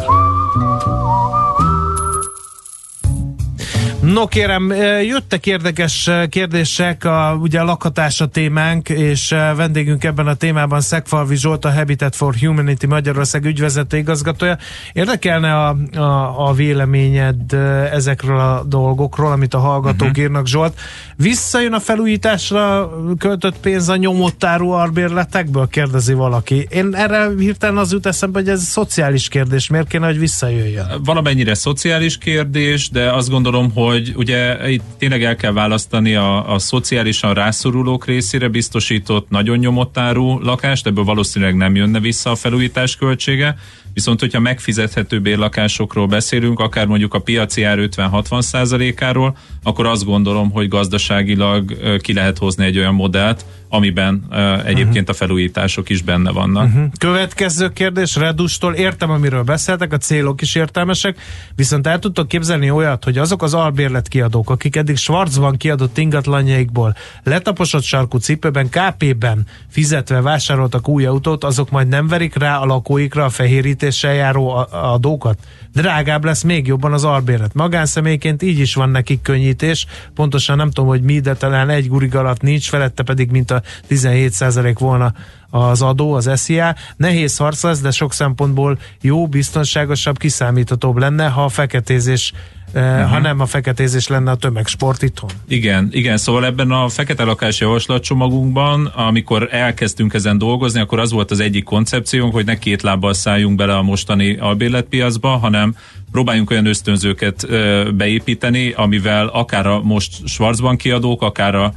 No kérem, jöttek érdekes kérdések, a, ugye a lakhatás a témánk, és vendégünk ebben a témában Szegfalvi Zsolt, a Habitat for Humanity Magyarország ügyvezető igazgatója. Érdekelne a, a, a véleményed ezekről a dolgokról, amit a hallgatók uh-huh. írnak, Zsolt. Visszajön a felújításra költött pénz a nyomottárú albérletekből, kérdezi valaki. Én erre hirtelen az jut eszembe, hogy ez szociális kérdés. Miért kéne, hogy visszajöjjön? Valamennyire szociális kérdés, de azt gondolom, hogy hogy ugye itt tényleg el kell választani a, a szociálisan rászorulók részére biztosított nagyon nyomott áru lakást, ebből valószínűleg nem jönne vissza a felújítás költsége, viszont hogyha megfizethető bérlakásokról beszélünk, akár mondjuk a piaci ár ötven-hatvan százalékáról, akkor azt gondolom, hogy gazdaságilag ki lehet hozni egy olyan modellt, amiben uh, egyébként a felújítások is benne vannak. Uh-huh. Következő kérdés Redustól. Értem, amiről beszéltek, a célok is értelmesek, viszont el tudtok képzelni olyat, hogy azok az albérletkiadók, akik eddig Schwarzban kiadott ingatlanjaikból letaposott sarkú cipőben, ká pében fizetve vásároltak új autót, azok majd nem verik rá a lakóikra a fehérítés könnyítéssel járó adókat, drágább lesz még jobban az albérlet. Magánszemélyként így is van nekik könnyítés, pontosan nem tudom, hogy mi, de talán egy gurig alatt nincs, felette pedig mint a tizenhét százalék volna az adó, az es zé á. Nehéz harc lesz, de sok szempontból jó, biztonságosabb, kiszámíthatóbb lenne, ha a feketézés Uh-huh. ha nem a feketézés lenne a tömegsport itthon. Igen, igen, szóval ebben a fekete lakás javaslatcsomagunkban, amikor elkezdtünk ezen dolgozni, akkor az volt az egyik koncepciónk, hogy ne két lábbal szálljunk bele a mostani albérletpiacba, hanem próbáljunk olyan ösztönzőket ö, beépíteni, amivel akár a most Schwarzban kiadók, akár a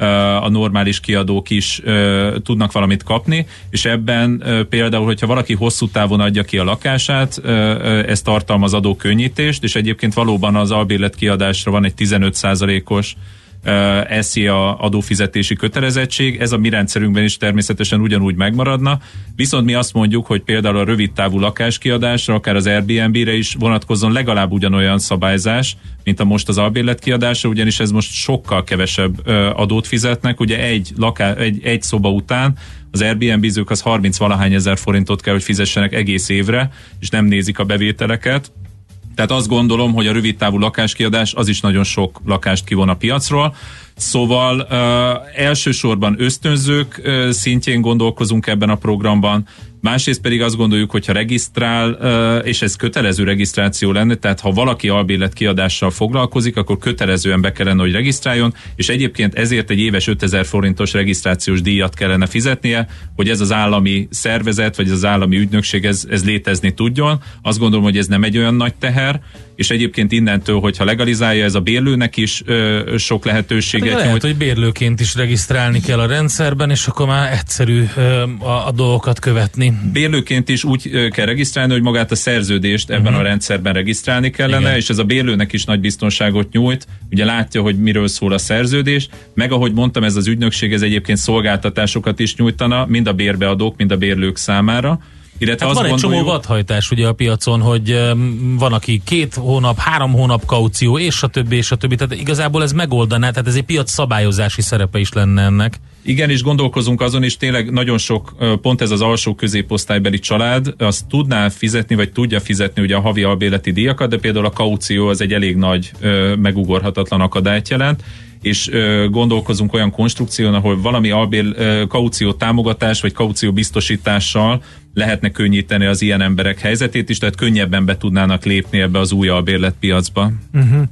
a normális kiadók is uh, tudnak valamit kapni, és ebben uh, például, hogyha valaki hosszú távon adja ki a lakását, uh, ez tartalmaz adókönnyítést, és egyébként valóban az albérlet kiadásra van egy tizenöt százalékos uh, es zé á adófizetési kötelezettség, ez a mi rendszerünkben is természetesen ugyanúgy megmaradna, viszont mi azt mondjuk, hogy például a rövid távú lakáskiadásra, akár az Airbnb-re is vonatkozzon legalább ugyanolyan szabályzás, mint a most az albérlet kiadása, ugyanis ez most sokkal kevesebb ö, adót fizetnek, ugye egy, laká, egy, egy szoba után az Airbnb-zők az harminc valahány ezer forintot kell, hogy fizessenek egész évre, és nem nézik a bevételeket. Tehát azt gondolom, hogy a rövidtávú lakáskiadás az is nagyon sok lakást kivon a piacról. Szóval uh, elsősorban ösztönzők uh, szintjén gondolkozunk ebben a programban, másrészt pedig azt gondoljuk, hogyha regisztrál, uh, és ez kötelező regisztráció lenne, tehát ha valaki albérlet kiadással foglalkozik, akkor kötelezően be kellene, hogy regisztráljon, és egyébként ezért egy éves ötezer forintos regisztrációs díjat kellene fizetnie, hogy ez az állami szervezet, vagy ez az állami ügynökség ez, ez létezni tudjon. Azt gondolom, hogy ez nem egy olyan nagy teher, és egyébként innentől, hogyha legalizálja, ez a bérlőnek is ö, sok lehetőséget hát, lehet, hogy bérlőként is regisztrálni kell a rendszerben, és akkor már egyszerű ö, a, a dolgokat követni. Bérlőként is úgy ö, kell regisztrálni, hogy magát a szerződést ebben uh-huh. a rendszerben regisztrálni kellene, igen. És ez a bérlőnek is nagy biztonságot nyújt, ugye látja, hogy miről szól a szerződés, meg ahogy mondtam, ez az ügynökség ez egyébként szolgáltatásokat is nyújtana, mind a bérbeadók, mind a bérlők számára. Hát van egy gondoljuk, csomó vadhajtás ugye a piacon, hogy um, van, aki két hónap, három hónap kaució, és a többi, és a többi. Tehát igazából ez megoldaná, tehát ez egy piac szabályozási szerepe is lenne ennek. Igen, és gondolkozunk azon is, tényleg nagyon sok, pont ez az alsó középosztálybeli család, az tudná fizetni, vagy tudja fizetni ugye a havi albérleti díjakat, de például a kaució az egy elég nagy, megugorhatatlan akadályt jelent, és ö, gondolkozunk olyan konstrukción, ahol valami albér, ö, kaució támogatás vagy kaució biztosítással lehetne könnyíteni az ilyen emberek helyzetét is, tehát könnyebben be tudnának lépni ebbe az új albérletpiacba. Uh-huh.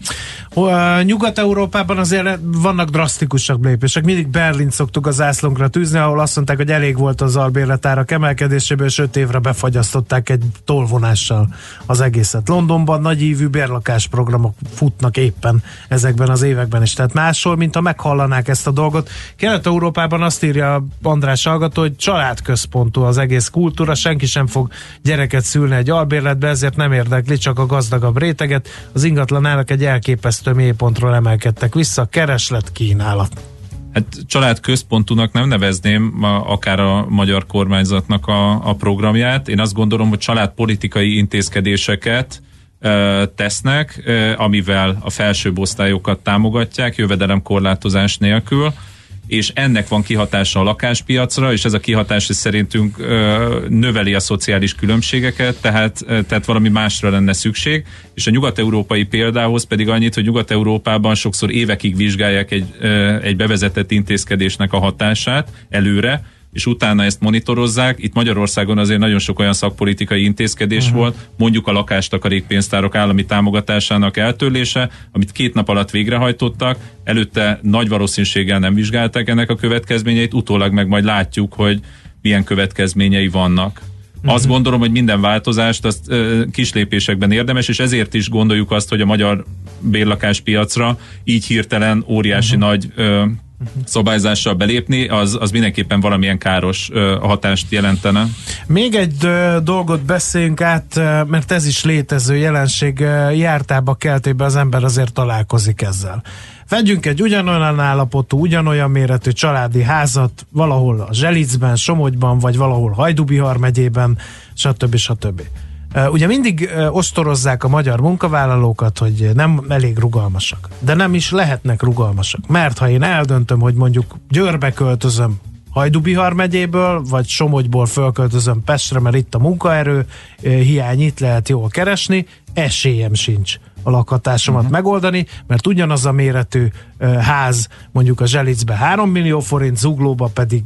Uh, Nyugat-Európában azért vannak drasztikusabb lépések. Mindig Berlint szoktuk az zászlónkra tűzni, ahol azt mondták, hogy elég volt az albérletárak emelkedéséből, és öt évre befagyasztották egy tolvonással az egészet. Londonban nagyívű bérlakásprogramok futnak éppen ezekben az években is. Tehát máshol, mint ha meghallanák ezt a dolgot. Kelet-Európában azt írja András hallgató, hogy családközpontú az egész kultúra, senki sem fog gyereket szülni egy albérletbe, ezért nem érdekli csak a gazdagabb réteget. Az ingatlanárak egy elképesztő mélypontról emelkedtek vissza, kereslet, kínálat. Hát családközpontúnak nem nevezném a, akár a magyar kormányzatnak a, a programját. Én azt gondolom, hogy családpolitikai intézkedéseket ö, tesznek, ö, amivel a felsőbb osztályokat támogatják, jövedelemkorlátozás nélkül, és ennek van kihatása a lakáspiacra, és ez a kihatás szerintünk ö, növeli a szociális különbségeket, tehát, ö, tehát valami másra lenne szükség, és a nyugat-európai példához pedig annyit, hogy Nyugat-Európában sokszor évekig vizsgálják egy, ö, egy bevezetett intézkedésnek a hatását előre, és utána ezt monitorozzák. Itt Magyarországon azért nagyon sok olyan szakpolitikai intézkedés uh-huh. volt, mondjuk a lakástakarékpénztárok állami támogatásának eltörlése, amit két nap alatt végrehajtottak, előtte nagy valószínűséggel nem vizsgálták ennek a következményeit, utólag meg majd látjuk, hogy milyen következményei vannak. Uh-huh. Azt gondolom, hogy minden változást azt ö, kis lépésekben érdemes, és ezért is gondoljuk azt, hogy a magyar bérlakáspiacra így hirtelen óriási uh-huh. nagy ö, szabályzással belépni, az, az mindenképpen valamilyen káros ö, hatást jelentene. Még egy ö, dolgot beszéljünk át, ö, mert ez is létező jelenség, ö, jártába, keltébe az ember azért találkozik ezzel. Vegyünk egy ugyanolyan állapotú, ugyanolyan méretű családi házat valahol a Zselicben, Somogyban, vagy valahol Hajdú-Bihar megyében, stb. stb. Ugye mindig ostorozzák a magyar munkavállalókat, hogy nem elég rugalmasak. De nem is lehetnek rugalmasak. Mert ha én eldöntöm, hogy mondjuk Győrbe költözöm Hajdú-Bihar megyéből, vagy Somogyból fölköltözöm Pestre, mert itt a munkaerő hiány, itt lehet jól keresni, esélyem sincs a lakhatásomat uh-huh. megoldani, mert ugyanaz a méretű uh, ház mondjuk a Zselicbe három millió forint, Zuglóba pedig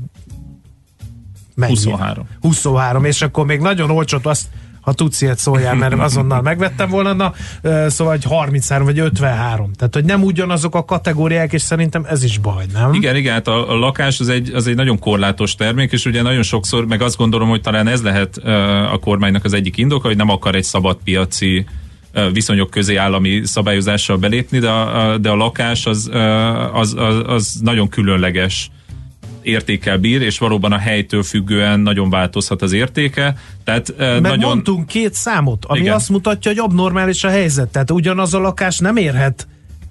mennyi? huszonhárom. huszonhárom, és akkor még nagyon olcsót azt, ha tudsz ilyet szóljál, mert azonnal megvettem volna, na, szóval egy harminchárom vagy ötvenhárom. Tehát, hogy nem ugyanazok a kategóriák, és szerintem ez is baj, nem? Igen, igen, hát a, a lakás az egy, az egy nagyon korlátos termék, és ugye nagyon sokszor, meg azt gondolom, hogy talán ez lehet uh, a kormánynak az egyik indoka, hogy nem akar egy szabadpiaci uh, viszonyok közé állami szabályozással belépni, de a, de a lakás az, uh, az, az, az nagyon különleges értékkel bír, és valóban a helytől függően nagyon változhat az értéke. Tehát, uh, Mert nagyon... mondtunk két számot, ami igen. azt mutatja, hogy abnormális a helyzet. Tehát ugyanaz a lakás nem érhet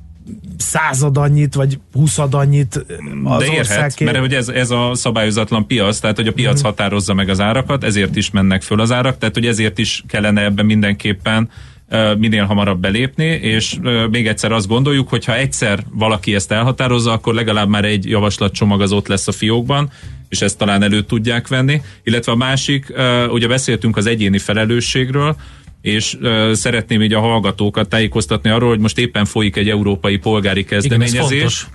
század annyit, vagy húszad annyit az de érhet, országként. mert hogy ez, ez a szabályozatlan piac, tehát hogy a piac mm. határozza meg az árakat, ezért is mennek föl az árak, tehát hogy ezért is kellene ebben mindenképpen uh, minél hamarabb belépni, és uh, még egyszer azt gondoljuk, hogy ha egyszer valaki ezt elhatározza, akkor legalább már egy javaslatcsomag az ott lesz a fiókban, és ezt talán elő tudják venni. Illetve a másik, uh, ugye beszéltünk az egyéni felelősségről, és uh, szeretném így a hallgatókat tájékoztatni arról, hogy most éppen folyik egy európai polgári kezdeményezés,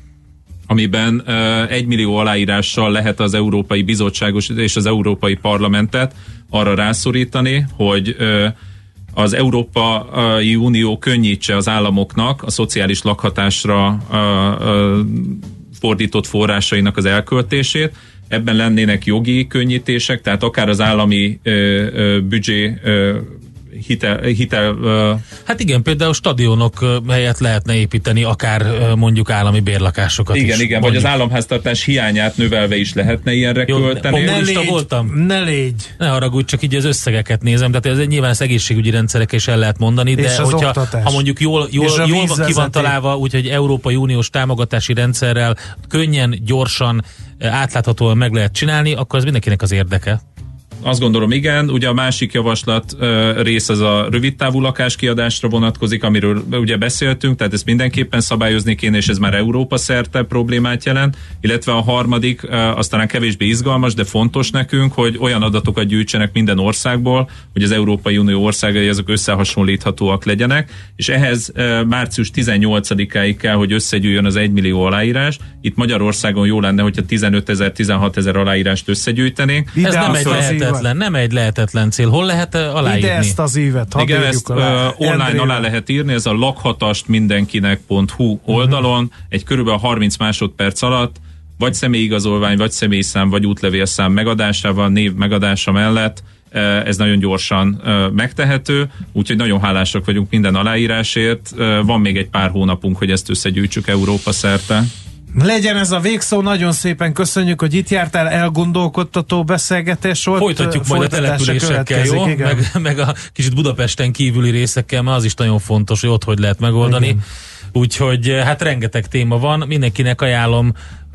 amiben uh, egy millió aláírással lehet az Európai Bizottságos és az Európai Parlamentet arra rászorítani, hogy uh, az Európai Unió könnyítse az államoknak a szociális lakhatásra uh, uh, fordított forrásainak az elköltését. Ebben lennének jogi könnyítések, tehát akár az állami ö, ö, büdzsé ö, hitel, hitel ö, hát igen, például stadionok helyett lehetne építeni akár mondjuk állami bérlakásokat igen, is. Igen, igen, vagy az államháztartás hiányát növelve is lehetne ilyenre Jó, költeni. Ne légy, voltam. ne légy. Ne haragudj, csak így az összegeket nézem, tehát ez nyilván az egészségügyi rendszerek is el lehet mondani, de hogyha ha mondjuk jól, jól, jól van, ki van találva, úgyhogy Európai Uniós támogatási rendszerrel könnyen, gyorsan, átláthatóan meg lehet csinálni, akkor ez mindenkinek az érdeke. Azt gondolom, igen. Ugye a másik javaslat uh, rész az a rövidtávú lakáskiadásra vonatkozik, amiről ugye beszéltünk, tehát ezt mindenképpen szabályozni kéne, és ez már Európa szerte problémát jelent, illetve a harmadik, uh, aztán kevésbé izgalmas, de fontos nekünk, hogy olyan adatokat gyűjtsenek minden országból, hogy az Európai Unió országai azok összehasonlíthatóak legyenek, és ehhez uh, március tizennyolcadikáig kell, hogy összegyűjjön az egymillió aláírás. Itt Magyarországon jó lenne, hogyha tizenötezer, tizenhatezer aláírást összegyűjtenénk. Ez nem egy lehetetlen, nem egy lehetetlen cél. Hol lehet aláírni? Ide ezt az ívet, hadd igen, ezt alá. Uh, online Endrével. Alá lehet írni, ez a lakhatastmindenkinek pont hu oldalon, uh-huh. egy körülbelül harminc másodperc alatt, vagy személyigazolvány, vagy személyszám, vagy útlevélszám megadásával, név megadása mellett ez nagyon gyorsan megtehető, úgyhogy nagyon hálásak vagyunk minden aláírásért. Van még egy pár hónapunk, hogy ezt összegyűjtsük Európa szerte. Legyen ez a végszó, nagyon szépen köszönjük, hogy itt jártál, elgondolkodtató beszélgetés volt. Folytatjuk majd a településekkel, jó? Meg, meg a kicsit Budapesten kívüli részekkel, mert az is nagyon fontos, hogy ott hogy lehet megoldani. Igen. Úgyhogy hát rengeteg téma van, mindenkinek ajánlom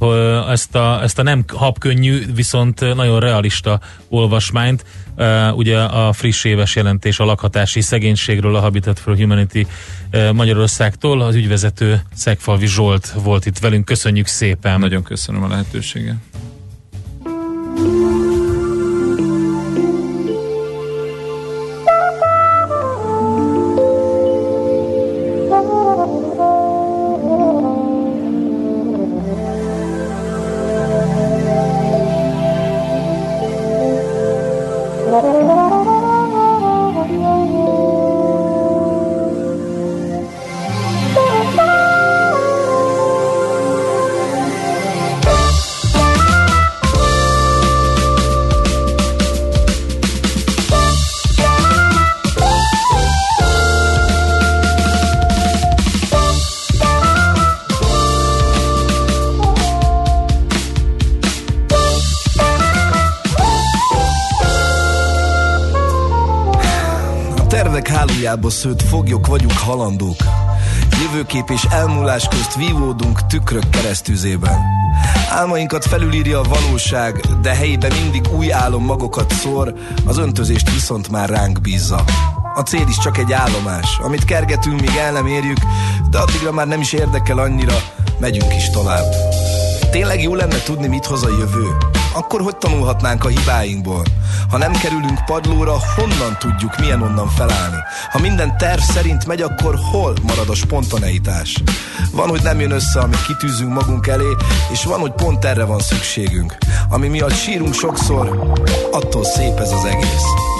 ezt a, ezt a nem habkönnyű, viszont nagyon realista olvasmányt. Uh, ugye a friss éves jelentés a lakhatási szegénységről, a Habitat for Humanity uh, Magyarországtól. Az ügyvezető Szegfalvi Zsolt volt itt velünk. Köszönjük szépen. Nagyon köszönöm a lehetőséget. Szőtt foglyok vagyunk, halandók. Jövőkép és elmúlás közt vívódunk tükrök keresztüzében. Álmainkat felülírja a valóság, de helyében mindig új álom magokat szór, az öntözést viszont már ránk bízza. A cél is csak egy állomás, amit kergetünk, míg el nem érjük, de addigra már nem is érdekel annyira, megyünk is tovább. Tényleg jó lenne tudni, mit hoz a jövő? akkor hogy tanulhatnánk a hibáinkból? Ha nem kerülünk padlóra, honnan tudjuk, milyen onnan felállni? Ha minden terv szerint megy, akkor hol marad a spontaneitás? Van, hogy nem jön össze, amit kitűzünk magunk elé, és van, hogy pont erre van szükségünk. Ami miatt sírunk sokszor, attól szép ez az egész.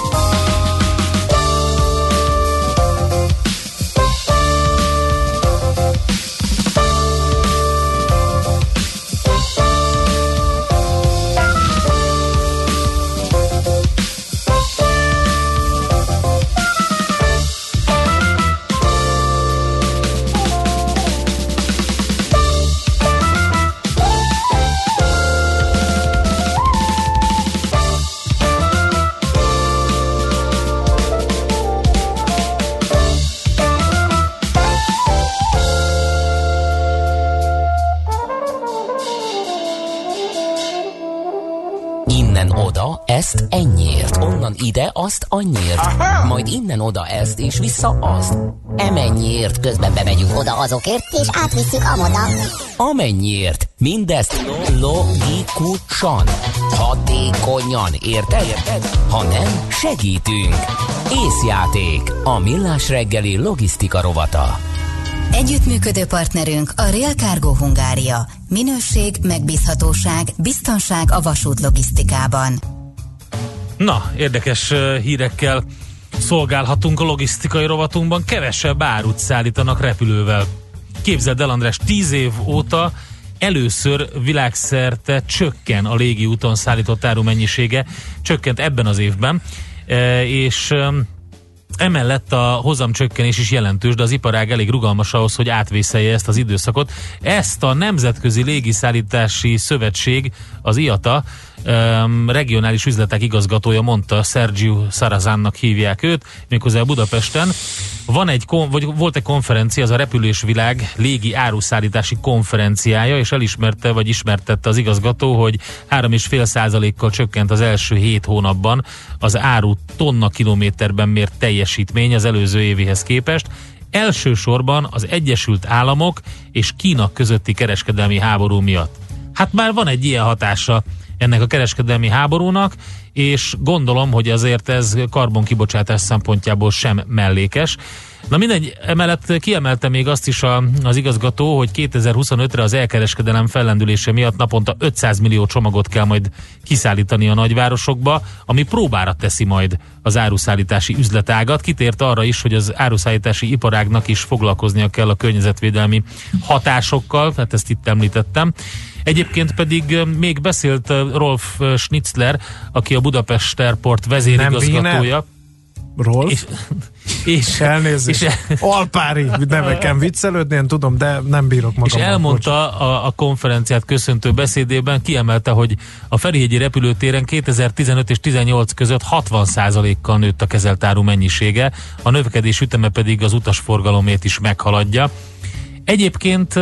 Ezt ennyiért, onnan ide, azt annyiért, aha! Majd innen oda ezt, és vissza azt. Emennyiért, közben bemegyünk oda azokért, és átvisszük amoda. Amennyiért, mindezt logikusan, hatékonyan, érted? Érted? Ha nem, segítünk. Észjáték, a Millás reggeli logisztika rovata. Együttműködő partnerünk a Rail Cargo Hungária. Minőség, megbízhatóság, biztonság a vasút logisztikában. Na, érdekes uh, hírekkel szolgálhatunk a logisztikai rovatunkban. Kevesebb árut szállítanak repülővel. Képzeld el, András, tíz év óta először világszerte csökken a légiúton szállított áru mennyisége. Csökkent ebben az évben, e, és e, emellett a hozamcsökkenés is jelentős, de az iparág elég rugalmas ahhoz, hogy átvészelje ezt az időszakot. Ezt a Nemzetközi Légiszállítási Szövetség, az i á té á, Um, regionális üzletek igazgatója mondta, Sergio Sarazánnak hívják őt, méghozzá Budapesten. Van egy, vagy volt egy konferencia, az a Repülésvilág légi áruszállítási konferenciája, és elismerte, vagy ismertette az igazgató, hogy három egész öt százalékkal csökkent az első hét hónapban az áru tonna kilométerben mért teljesítmény az előző évéhez képest. Elsősorban az Egyesült Államok és Kína közötti kereskedelmi háború miatt. Hát már van egy ilyen hatása ennek a kereskedelmi háborúnak, és gondolom, hogy azért ez karbonkibocsátás szempontjából sem mellékes. Na mindegy, emellett kiemelte még azt is a, az igazgató, hogy kétezer-huszonötre az elkereskedelem fellendülése miatt naponta ötszáz millió csomagot kell majd kiszállítani a nagyvárosokba, ami próbára teszi majd az áruszállítási üzletágat. Kitért arra is, hogy az áruszállítási iparágnak is foglalkoznia kell a környezetvédelmi hatásokkal, hát ezt itt említettem. Egyébként pedig még beszélt Rolf Schnitzler, aki a Budapest Airport vezérigazgatója. Rolf? És, és, Elnézést. És, Alpári neveken viccelődni, én tudom, de nem bírok magam. És elmondta a, a konferenciát köszöntő beszédében, kiemelte, hogy a Ferihegyi repülőtéren kétezer-tizenöt és tizennyolc között hatvan százalékkal nőtt a kezelt áru mennyisége, a növekedés üteme pedig az utasforgalomét is meghaladja. Egyébként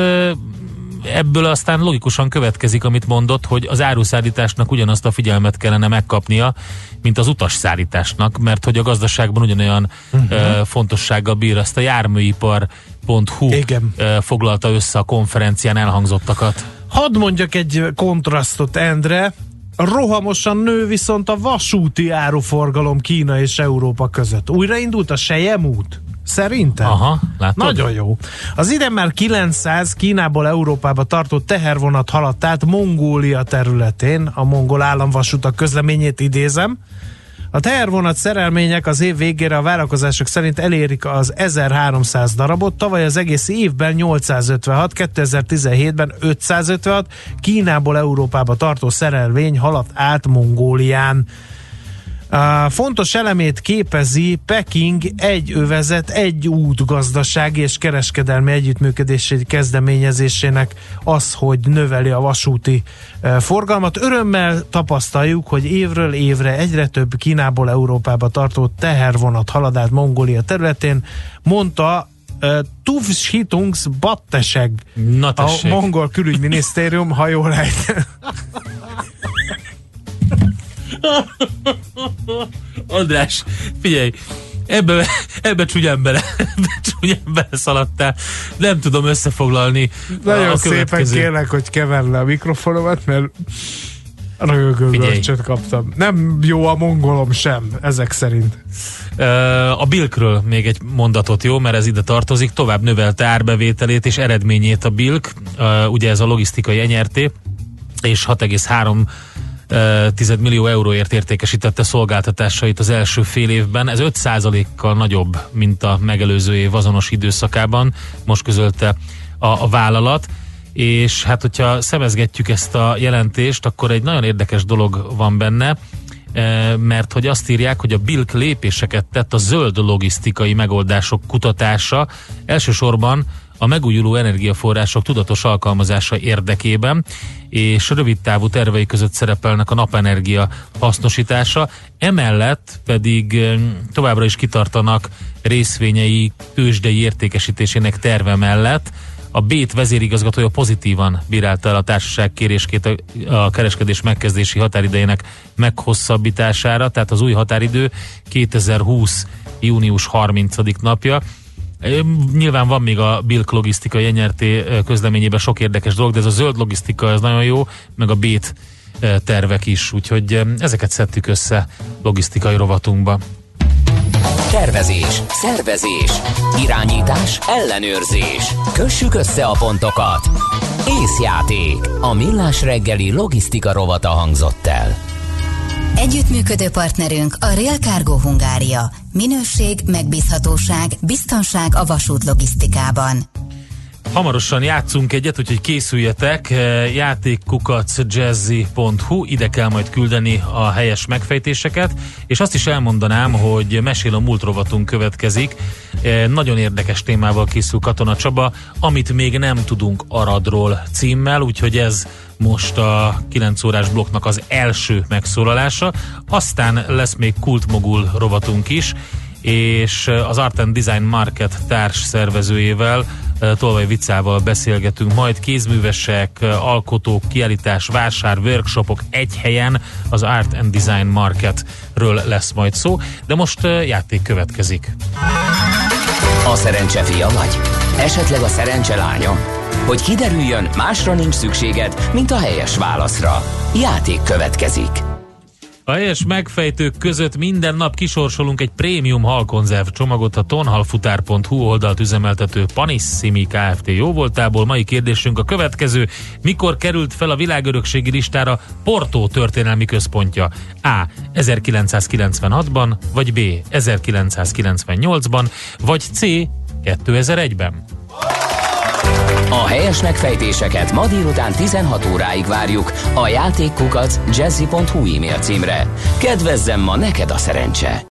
ebből aztán logikusan következik, amit mondott, hogy az áruszállításnak ugyanazt a figyelmet kellene megkapnia, mint az utasszállításnak, mert hogy a gazdaságban ugyanolyan uh-huh. uh, fontossággal bír. Ezt a járműipar pont hu uh, foglalta össze a konferencián elhangzottakat. Hadd mondjak egy kontrasztot, Endre. Rohamosan nő viszont a vasúti áruforgalom Kína és Európa között. Újraindult a Sejem út? Szerintem? Aha, látod? Nagyon jó. Az idén már kilencszáz Kínából Európába tartó tehervonat haladt át Mongólia területén, a mongol államvasutak közleményét idézem. A tehervonat szerelmények az év végére a várakozások szerint elérik az ezerháromszáz darabot, tavaly az egész évben nyolcszázötvenhat, kétezer-tizenhétben ötszázötvenhat Kínából Európába tartó szerelvény haladt át Mongólián. A fontos elemét képezi Peking egy övezet, egy út gazdasági és kereskedelmi együttműködési kezdeményezésének az, hogy növeli a vasúti e, forgalmat. Örömmel tapasztaljuk, hogy évről évre egyre több Kínából Európába tartó tehervonat halad át Mongólia területén, mondta uh, Tuvshitungs Batteseg, a mongol külügyminisztérium, ha jól lehet. András, figyelj, ebbe, ebbe csúnyán bele, ebbe csúnyán bele szaladtál. Nem tudom összefoglalni. Nagyon szépen kérlek, hogy keverd le a mikrofonomat, mert Rögő görcsöt kaptam. Nem jó a mongolom sem, ezek szerint. A Bilkről még egy mondatot, jó, mert ez ide tartozik. Tovább növelte árbevételét és eredményét a Bilk, ugye ez a logisztikai en er té, és hat egész három millió euróért értékesítette szolgáltatásait az első fél évben. Ez öt százalékkal nagyobb, mint a megelőző év azonos időszakában. Most közölte a, a vállalat. És hát, hogyha szemezgetjük ezt a jelentést, akkor egy nagyon érdekes dolog van benne, mert hogy azt írják, hogy a Bilk lépéseket tett a zöld logisztikai megoldások kutatása, elsősorban a megújuló energiaforrások tudatos alkalmazása érdekében, és rövid távú tervei között szerepelnek a napenergia hasznosítása, emellett pedig továbbra is kitartanak részvényei tőzsdei értékesítésének terve mellett. A Bét vezérigazgatója pozitívan bírálta el a társaság kéréskét a, a kereskedés megkezdési határidejének meghosszabbítására, tehát az új határidő kétezer-húsz június harmincadik napja. Nyilván van még a Bilk logisztikai en er té közleményében sok érdekes dolog, de ez a zöld logisztika, ez nagyon jó, meg a Bét tervek is, úgyhogy ezeket szedtük össze logisztikai rovatunkba. Tervezés, szervezés, irányítás, ellenőrzés. Kössük össze a pontokat. Észjáték. A Millás reggeli logisztika rovata hangzott el. Együttműködő partnerünk a Rail Cargo Hungária. Minőség, megbízhatóság, biztonság a vasút logisztikában. Hamarosan játszunk egyet, úgyhogy készüljetek, játékkukac jazzy pont hu, ide kell majd küldeni a helyes megfejtéseket, és azt is elmondanám, hogy Mesél a múlt rovatunk következik. Nagyon érdekes témával készül Katona Csaba, amit még nem tudunk Aradról címmel, úgyhogy ez most a kilenc órás blokknak az első megszólalása. Aztán lesz még Kultmogul rovatunk is, és az Art and Design Market társ szervezőjével, Tolvaj Vicával beszélgetünk majd. Kézművesek, alkotók, kiállítás, vásár, workshopok egy helyen, az Art and Design Marketről lesz majd szó, de most játék következik. A szerencse fia vagy? Esetleg a szerencse lánya? Hogy kiderüljön, másra nincs szükséged, mint a helyes válaszra. Játék következik. A helyes megfejtők között minden nap kisorsolunk egy prémium halkonzerv csomagot a tonhalfutár pont hu oldalt üzemeltető Panissimi Kft. Jóvoltából. Mai kérdésünk a következő: mikor került fel a világörökségi listára Porto történelmi központja? A. ezerkilencszázkilencvenhatban, vagy B. ezerkilencszázkilencvennyolcban, vagy C. kétezer-egyben? A helyes megfejtéseket ma délután tizenhat óráig várjuk a játékkukac jazzy pont hu e-mail címre. Kedvezzem ma neked a szerencse!